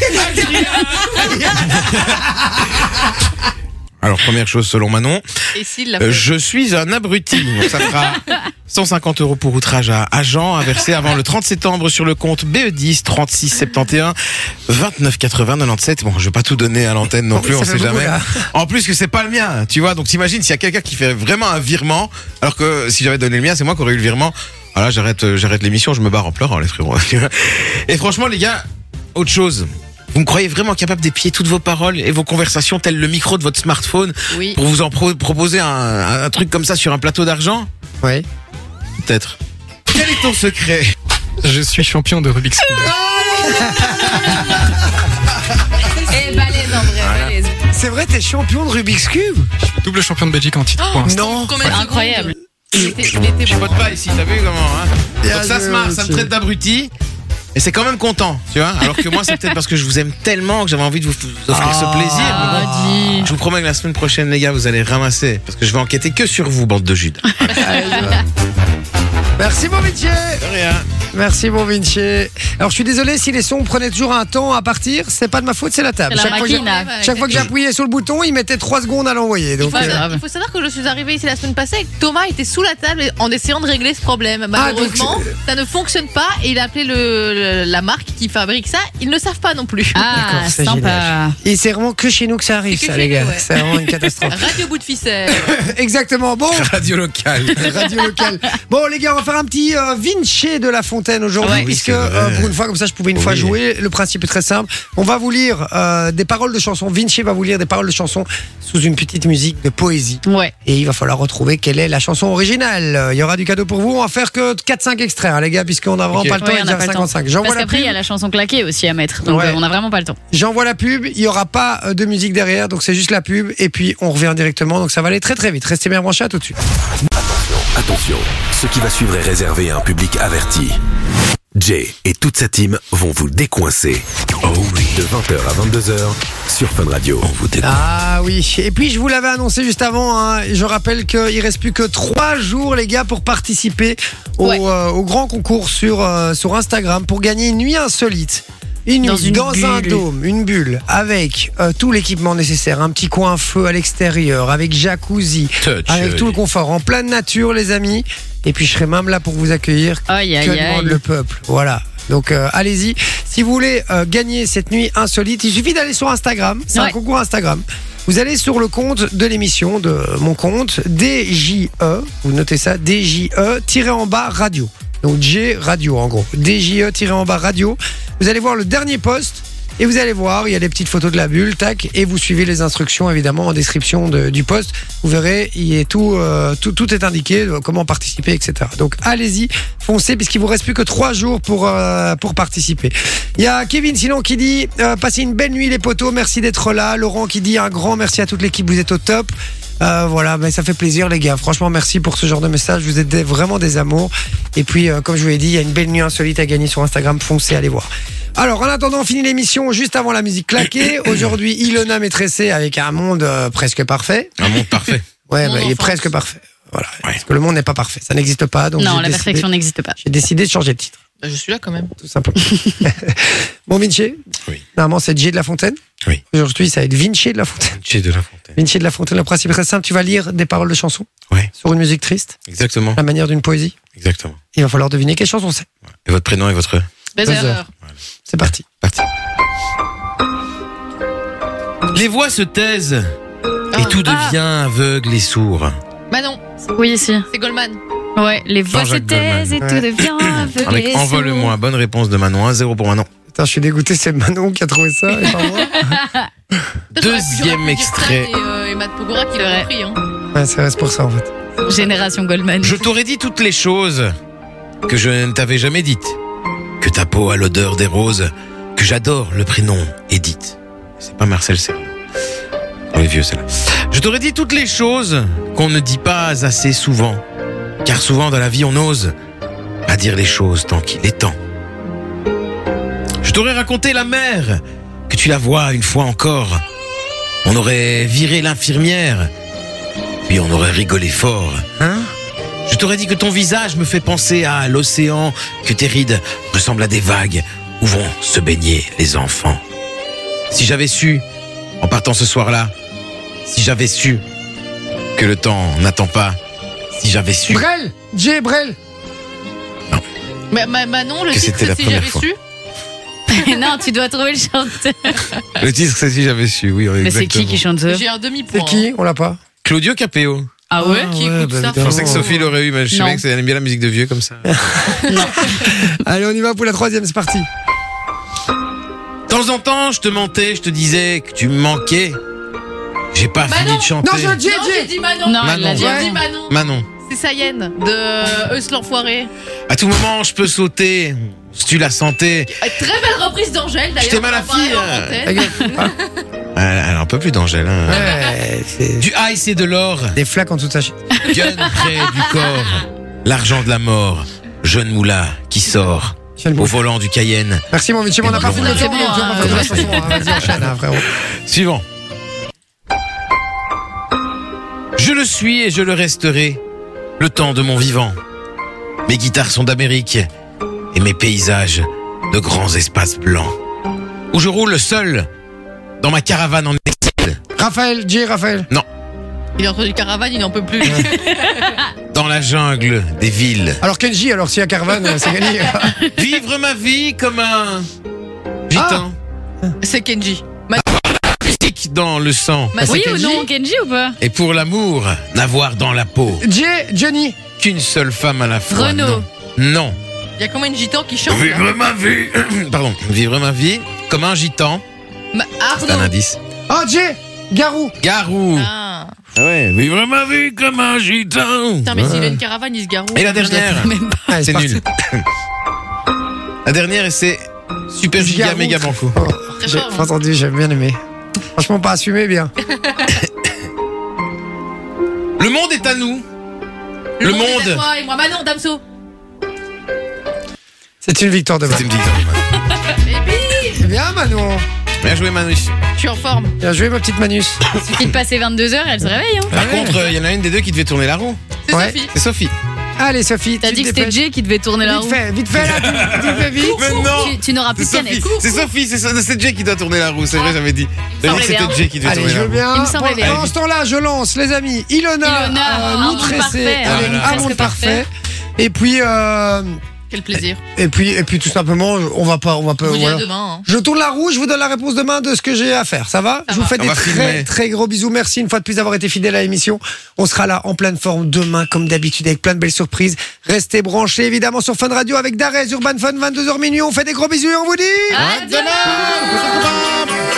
Speaker 2: Alors, première chose selon Manon,
Speaker 4: Et s'il l'a
Speaker 2: euh,
Speaker 4: fait
Speaker 2: je suis un abruti. Donc ça fera cent cinquante euros pour outrage à agent à verser avant le trente septembre sur le compte B E dix trente-six soixante et onze vingt-neuf quatre-vingts quatre-vingt-dix-sept. Bon, je vais pas tout donner à l'antenne non plus,
Speaker 1: Ça
Speaker 2: on
Speaker 1: fait
Speaker 2: sait
Speaker 1: beaucoup,
Speaker 2: jamais.
Speaker 1: là.
Speaker 2: En plus que c'est pas le mien, tu vois. Donc t'imagines s'il y a quelqu'un qui fait vraiment un virement, alors que si j'avais donné le mien, c'est moi qui aurais eu le virement. Ah là, j'arrête, euh, j'arrête l'émission, je me barre en pleurant, les frérots. Et franchement, les gars, autre chose. Vous me croyez vraiment capable d'épier toutes vos paroles et vos conversations tel le micro de votre smartphone
Speaker 4: Oui.
Speaker 2: pour vous en pro- proposer un, un, un truc comme ça sur un plateau d'argent?
Speaker 1: Ouais.
Speaker 2: Peut-être. Quel est ton secret?
Speaker 11: Je suis champion de Rubik's Cube.
Speaker 3: Eh, balèze en vrai, balèze.
Speaker 1: C'est vrai, t'es champion de Rubik's Cube?
Speaker 11: Double champion de Belgique en titre pour l'instant.
Speaker 1: Non.
Speaker 4: Combien de secondes
Speaker 3: Incroyable.
Speaker 4: Il était, il était
Speaker 2: Je
Speaker 4: bon.
Speaker 2: pote pas ici, t'as vu comment hein?
Speaker 1: Bien
Speaker 2: Donc ça
Speaker 1: joué,
Speaker 2: se marre, ça me
Speaker 1: monsieur.
Speaker 2: traite d'abruti. Et c'est quand même content, tu vois. Alors que moi, c'est peut-être parce que je vous aime tellement que j'avais envie de vous, vous offrir ce plaisir. mais bon.
Speaker 3: Ah, dis.
Speaker 2: Je vous promets que la semaine prochaine, les gars, vous allez ramasser. Parce que je vais enquêter que sur vous, bande de judes.
Speaker 1: Merci mon Vinci.
Speaker 2: De rien.
Speaker 1: Merci mon Vinci. Alors je suis désolé si les sons prenaient toujours un temps à partir, c'est pas de ma faute, c'est la table.
Speaker 3: C'est la
Speaker 1: Chaque fois que j'ai-
Speaker 3: machine, là.
Speaker 1: chaque fois que j'appuyais sur le bouton, il mettait trois secondes à l'envoyer.
Speaker 4: Il
Speaker 1: Donc
Speaker 4: faut,
Speaker 1: euh,
Speaker 4: savoir, il faut savoir que je suis arrivée ici la semaine passée et que Thomas était sous la table en essayant de régler ce problème. Malheureusement,
Speaker 1: donc,
Speaker 4: ça ne fonctionne pas et il a appelé le, le- la marque qui fabrique ça. Ils ne le savent pas non plus.
Speaker 3: Ah,
Speaker 1: D'accord, c'est
Speaker 3: sympa.
Speaker 1: génial. Et c'est vraiment que chez nous que ça arrive,
Speaker 4: C'est que
Speaker 1: ça,
Speaker 4: chez
Speaker 1: les gars.
Speaker 4: nous, ouais.
Speaker 1: C'est vraiment une catastrophe.
Speaker 4: Radio bout de ficelle.
Speaker 1: Exactement. Bon,
Speaker 2: Radio locale.
Speaker 1: radio locale. Bon, les gars, on va faire un petit euh, Vinci de La Fontaine aujourd'hui,
Speaker 2: Ouais, oui,
Speaker 1: puisque
Speaker 2: c'est vrai.
Speaker 1: euh, pour une fois, comme ça, je pouvais une fois
Speaker 2: Oui.
Speaker 1: jouer. Le principe est très simple. On va vous lire euh, des paroles de chansons. Vinci va vous lire des paroles de chansons sous une petite musique de poésie.
Speaker 3: Ouais.
Speaker 1: Et il va falloir retrouver quelle est la chanson originale. Euh, Il y aura du cadeau pour vous. On va faire que quatre cinq extraits, hein, les gars, puisqu'on n'a vraiment
Speaker 2: Ok.
Speaker 1: pas le temps.
Speaker 3: Ouais,
Speaker 1: il
Speaker 3: on
Speaker 1: est
Speaker 3: n'a
Speaker 1: déjà
Speaker 3: pas le temps.
Speaker 1: cinquante-cinq. J'envoie
Speaker 3: Parce
Speaker 1: la
Speaker 3: qu'après, il
Speaker 1: pub.
Speaker 3: y a la chanson claquée aussi à mettre. Donc
Speaker 1: Ouais.
Speaker 3: euh, on n'a vraiment pas le temps.
Speaker 1: J'envoie la pub. Il n'y aura pas euh, de musique derrière. Donc c'est juste la pub. Et puis on revient directement. Donc ça va aller très très vite. Restez bien branchés. À tout de suite.
Speaker 5: Attention, ce qui va suivre est réservé à un public averti. Jay et toute sa team vont vous décoincer. Oh oui. De vingt heures à vingt-deux heures sur Fun Radio. On vous décoince.
Speaker 1: Ah oui, et puis je vous l'avais annoncé juste avant, hein. Je rappelle qu'il reste plus que trois jours les gars pour participer au,
Speaker 3: Ouais.
Speaker 1: euh, au grand concours sur, euh, sur Instagram pour gagner une nuit insolite. Une
Speaker 3: Dans
Speaker 1: nuit
Speaker 3: une
Speaker 1: dans un
Speaker 3: bulle.
Speaker 1: dôme, une bulle, avec euh, tout l'équipement nécessaire, un petit coin feu à l'extérieur, avec jacuzzi,
Speaker 2: Touch,
Speaker 1: avec tout le
Speaker 2: euh,
Speaker 1: confort, en pleine nature les amis. Et puis je serai même là pour vous accueillir.
Speaker 3: Aïe, aïe,
Speaker 1: Que
Speaker 3: aïe.
Speaker 1: demande le peuple. Voilà. Donc euh, allez-y. Si vous voulez euh, gagner cette nuit insolite, il suffit d'aller sur Instagram. C'est un
Speaker 3: Ouais.
Speaker 1: concours Instagram. Vous allez sur le compte de l'émission, de mon compte, D J E. Vous notez ça, D J E tiré en bas radio. Donc J radio en gros. D J E tiré en bas radio. Vous allez voir le dernier post. Et vous allez voir, il y a des petites photos de la bulle, tac, et vous suivez les instructions évidemment en description de- du post. Vous verrez, il est tout, euh, tout, tout est indiqué, euh, comment participer, et cetera. Donc allez-y, foncez, puisqu'il vous reste plus que trois jours pour euh, pour participer. Il y a Kevin sinon qui dit euh, passez une belle nuit les potos, merci d'être là. Laurent qui dit un grand merci à toute l'équipe, vous êtes au top. Euh, voilà, mais ça fait plaisir les gars. Franchement, merci pour ce genre de message. Vous êtes des- vraiment des amours. Et puis, euh, comme je vous l'ai dit, il y a une belle nuit insolite à gagner sur Instagram. Foncez, allez voir. Alors, en attendant, on finit l'émission juste avant la musique claquée. Aujourd'hui, Ilona Maîtressé avec un monde euh, presque parfait.
Speaker 2: Un monde parfait.
Speaker 1: Ouais,
Speaker 4: Mon
Speaker 1: bah, il est
Speaker 4: enfance.
Speaker 1: presque parfait. Voilà.
Speaker 2: Ouais.
Speaker 1: Parce que le monde n'est pas parfait. Ça n'existe pas. Donc
Speaker 3: Non,
Speaker 1: j'ai
Speaker 3: la
Speaker 1: décidé-
Speaker 3: perfection n'existe pas.
Speaker 1: J'ai décidé de changer de titre,
Speaker 4: Bah, je suis là quand même.
Speaker 1: tout simplement. Bon, Vinci.
Speaker 2: Oui.
Speaker 1: Normalement, c'est J de la Fontaine.
Speaker 2: Oui.
Speaker 1: Aujourd'hui, ça va être Vinci de la Fontaine.
Speaker 2: Chez de la Fontaine.
Speaker 1: Vinci de la Fontaine, le principe est très simple. Tu vas lire des paroles de chansons
Speaker 2: Ouais.
Speaker 1: sur une musique triste,
Speaker 2: Exactement.
Speaker 1: la manière d'une poésie.
Speaker 2: Exactement.
Speaker 1: Il va falloir deviner quelle chanson c'est.
Speaker 2: Et votre prénom et votre.
Speaker 4: Buzzer.
Speaker 1: Buzzer. C'est parti.
Speaker 2: Parti. Les voix se taisent et tout
Speaker 4: Ah.
Speaker 2: devient aveugle et sourd.
Speaker 4: Manon,
Speaker 3: Oui, si.
Speaker 4: c'est Goldman.
Speaker 3: Ouais, les voix se
Speaker 2: Jean-Jacques
Speaker 3: taisent et
Speaker 1: Goldman.
Speaker 3: tout
Speaker 1: Ouais.
Speaker 3: devient aveugle
Speaker 2: Avec
Speaker 3: et
Speaker 2: Envole-moi, bonne réponse de Manon, un zéro pour Manon.
Speaker 1: Putain, je suis dégoûté, c'est Manon qui a trouvé ça et pas moi.
Speaker 4: Peut-être j'aurais pu-
Speaker 2: Deuxième
Speaker 4: j'aurais pu dire
Speaker 2: extrait.
Speaker 4: Fred Et, euh, et Matt Pokora qui
Speaker 3: C'est
Speaker 4: l'ont
Speaker 3: vrai.
Speaker 4: repris. Hein.
Speaker 1: Ouais, c'est vrai, c'est pour ça en fait.
Speaker 3: sourd. Génération Goldman.
Speaker 2: Je t'aurais dit toutes les choses que je ne t'avais jamais dites. Que ta peau a l'odeur des roses, que j'adore le prénom Edith. C'est pas Marcel Serrault. On est vieux, celle-là. Je t'aurais dit toutes les choses qu'on ne dit pas assez souvent. Car souvent dans la vie, on ose pas dire les choses tant qu'il est temps. Je t'aurais raconté la mère, que tu la vois une fois encore. On aurait viré l'infirmière, puis on aurait rigolé fort.
Speaker 1: Hein?
Speaker 2: Je t'aurais dit que ton visage me fait penser à l'océan, que tes rides ressemblent à des vagues où vont se baigner les enfants. Si j'avais su, en partant ce soir-là, si j'avais su que le temps n'attend pas, si j'avais su...
Speaker 1: Brel J Brel
Speaker 4: Ma- ma- Manon, le
Speaker 2: Que
Speaker 4: titre,
Speaker 2: c'était
Speaker 4: c'est
Speaker 2: la
Speaker 4: si
Speaker 2: première
Speaker 4: j'avais
Speaker 2: fois.
Speaker 4: su.
Speaker 3: Non, tu dois trouver le chanteur.
Speaker 2: Le titre, c'est si j'avais su, oui.
Speaker 3: Mais c'est qui qui chante ça?
Speaker 4: J'ai un demi-point.
Speaker 1: C'est qui? On l'a pas.
Speaker 2: Claudio Capéo.
Speaker 3: Ah ouais?
Speaker 4: Qui
Speaker 1: ouais,
Speaker 4: écoute
Speaker 1: bah,
Speaker 4: ça
Speaker 1: évidemment.
Speaker 2: Je pensais que Sophie l'aurait eu, mais je
Speaker 3: Non.
Speaker 2: savais que elle aime bien la musique de vieux comme ça.
Speaker 1: Allez, on y va pour la troisième, c'est parti.
Speaker 2: De temps en temps, je te mentais, je te disais que tu me manquais. J'ai pas
Speaker 4: Bah
Speaker 2: fini
Speaker 4: non.
Speaker 2: de chanter.
Speaker 1: Non, je J
Speaker 4: Non, j'ai
Speaker 1: J
Speaker 4: dit Manon.
Speaker 3: Non,
Speaker 2: Manon.
Speaker 3: elle l'a dit.
Speaker 4: J'ai dit Manon.
Speaker 2: Manon.
Speaker 4: C'est Sayenne de Eus l'enfoiré.
Speaker 2: À tout moment, je peux sauter. Si tu la sentais.
Speaker 4: Euh, Très belle reprise d'Angèle d'ailleurs.
Speaker 2: Je t'aime à la
Speaker 4: on en parlait
Speaker 2: fille,
Speaker 4: en
Speaker 2: euh,
Speaker 4: antenne.
Speaker 1: Ta gueule. Ah,
Speaker 2: Elle, elle en peut plus d'Angèle. Hein.
Speaker 1: ouais, c'est
Speaker 2: Du ice et de l'or.
Speaker 1: des flaques en dessous de sa chaise.
Speaker 2: Gun près du corps. L'argent de la mort. Jeune moula qui sort.
Speaker 1: Michel
Speaker 2: Au
Speaker 1: Boulle.
Speaker 2: volant du Cayenne.
Speaker 1: Merci mon Vinci, mais on n'a pas fini le
Speaker 3: C'est
Speaker 1: temps,
Speaker 3: bon,
Speaker 1: donc tu vas pas
Speaker 3: hein.
Speaker 1: faire de la chanson, hein. Vas-y, enchaîne, hein, frérot.
Speaker 2: Suivant. Je le suis et je le resterai. Le temps de mon vivant. Mes guitares sont d'Amérique et mes paysages de grands espaces blancs. Où je roule seul dans ma caravane en exil.
Speaker 1: Raphaël, J. Raphaël.
Speaker 2: Non.
Speaker 4: Il est entre du caravane, il n'en peut plus.
Speaker 2: Dans la jungle des villes.
Speaker 1: Alors Kenji, alors s'il y a caravane, c'est gagné.
Speaker 2: Vivre ma vie comme un gitan.
Speaker 4: C'est Kenji.
Speaker 2: Musique dans le sang.
Speaker 4: Bah,
Speaker 3: Oui
Speaker 4: c'est
Speaker 3: ou
Speaker 4: Kenji.
Speaker 3: non, Kenji ou pas?
Speaker 2: Et pour l'amour, n'avoir dans la peau
Speaker 1: J. Johnny.
Speaker 2: qu'une seule femme à la fois.
Speaker 3: Renaud.
Speaker 2: Non. Non.
Speaker 4: Il y a combien de gitans qui chantent là
Speaker 2: Vivre ma vie. Pardon. Vivre ma vie comme un gitan.
Speaker 4: Ma-
Speaker 2: C'est un
Speaker 4: Arnaud.
Speaker 2: indice.
Speaker 1: Oh, J. Garou.
Speaker 2: Garou.
Speaker 4: Ah.
Speaker 2: Ah ouais. Vivre ma vie comme un gitan.
Speaker 4: Putain, mais s'il a une caravane, il se garou.
Speaker 2: Et la dernière.
Speaker 3: Même pas.
Speaker 1: Allez,
Speaker 2: C'est
Speaker 1: parti.
Speaker 2: nul. La dernière, et c'est super giga
Speaker 1: Garou.
Speaker 2: méga banco.
Speaker 1: Oh,
Speaker 4: Très
Speaker 1: j'ai
Speaker 4: fort, hein.
Speaker 1: pas entendu, j'ai bien aimé. Franchement, pas assumé bien.
Speaker 2: Le monde est à nous.
Speaker 4: Le,
Speaker 2: Le
Speaker 4: monde. est à
Speaker 2: monde.
Speaker 4: toi et moi, Manon, Damso.
Speaker 1: C'est une victoire de
Speaker 2: C'était
Speaker 1: Manon.
Speaker 2: une victoire.
Speaker 4: Baby.
Speaker 1: C'est bien, Manon.
Speaker 2: Bien joué, Manus.
Speaker 4: Je suis en forme.
Speaker 1: Bien joué, ma petite Manus.
Speaker 3: Suffit de passer vingt-deux heures, elle se réveille. Hein.
Speaker 2: Par
Speaker 1: Ah ouais.
Speaker 2: contre, il y en a une des deux qui devait tourner la roue.
Speaker 4: C'est
Speaker 1: Ouais.
Speaker 4: Sophie.
Speaker 2: C'est Sophie.
Speaker 1: Allez, Sophie.
Speaker 3: T'as
Speaker 1: tu
Speaker 3: dit
Speaker 1: te
Speaker 3: que c'était
Speaker 1: dépêches.
Speaker 3: Jay qui devait tourner la
Speaker 1: Vite
Speaker 3: roue.
Speaker 1: fait, vite fait, là, tu, tu fais vite.
Speaker 2: Mais non.
Speaker 3: Tu, tu n'auras plus
Speaker 2: C'est
Speaker 3: de
Speaker 2: Sophie.
Speaker 3: canette.
Speaker 2: C'est Sophie. C'est so- c'est Jay qui doit tourner la roue. C'est vrai, j'avais dit. J'avais dit que
Speaker 3: semblait
Speaker 2: c'était
Speaker 3: bien.
Speaker 2: Jay qui devait
Speaker 1: Allez,
Speaker 2: tourner
Speaker 1: je
Speaker 2: la
Speaker 1: veux
Speaker 2: roue.
Speaker 1: bien.
Speaker 3: Il me semblait
Speaker 1: Bon,
Speaker 3: bien.
Speaker 1: Pendant ce temps-là, je lance, les amis. Ilona,
Speaker 3: Ilona,
Speaker 1: euh,
Speaker 3: un
Speaker 1: nous
Speaker 3: monde
Speaker 1: tresser
Speaker 3: parfait.
Speaker 1: avec
Speaker 2: Voilà.
Speaker 1: un
Speaker 3: Presque
Speaker 1: monde parfait.
Speaker 3: parfait.
Speaker 1: Et puis, euh,
Speaker 4: Quel plaisir.
Speaker 1: et puis, et puis, tout simplement, on va pas, on va pas.
Speaker 4: Je vous dis à
Speaker 1: voilà.
Speaker 4: demain. hein.
Speaker 1: Je tourne la roue, je vous donne la réponse demain de ce que j'ai à faire. Ça va
Speaker 4: Ça
Speaker 1: Je vous
Speaker 4: va.
Speaker 1: fais
Speaker 2: On
Speaker 1: des
Speaker 2: va
Speaker 1: très
Speaker 2: filmer.
Speaker 1: très gros bisous. Merci une fois de plus d'avoir été fidèle à l'émission. On sera là en pleine forme demain, comme d'habitude, avec plein de belles surprises. Restez branchés évidemment sur Fun Radio avec Darès, Urban Fun, vingt-deux heures minuit. On fait des gros bisous et on vous dit.
Speaker 3: À demain.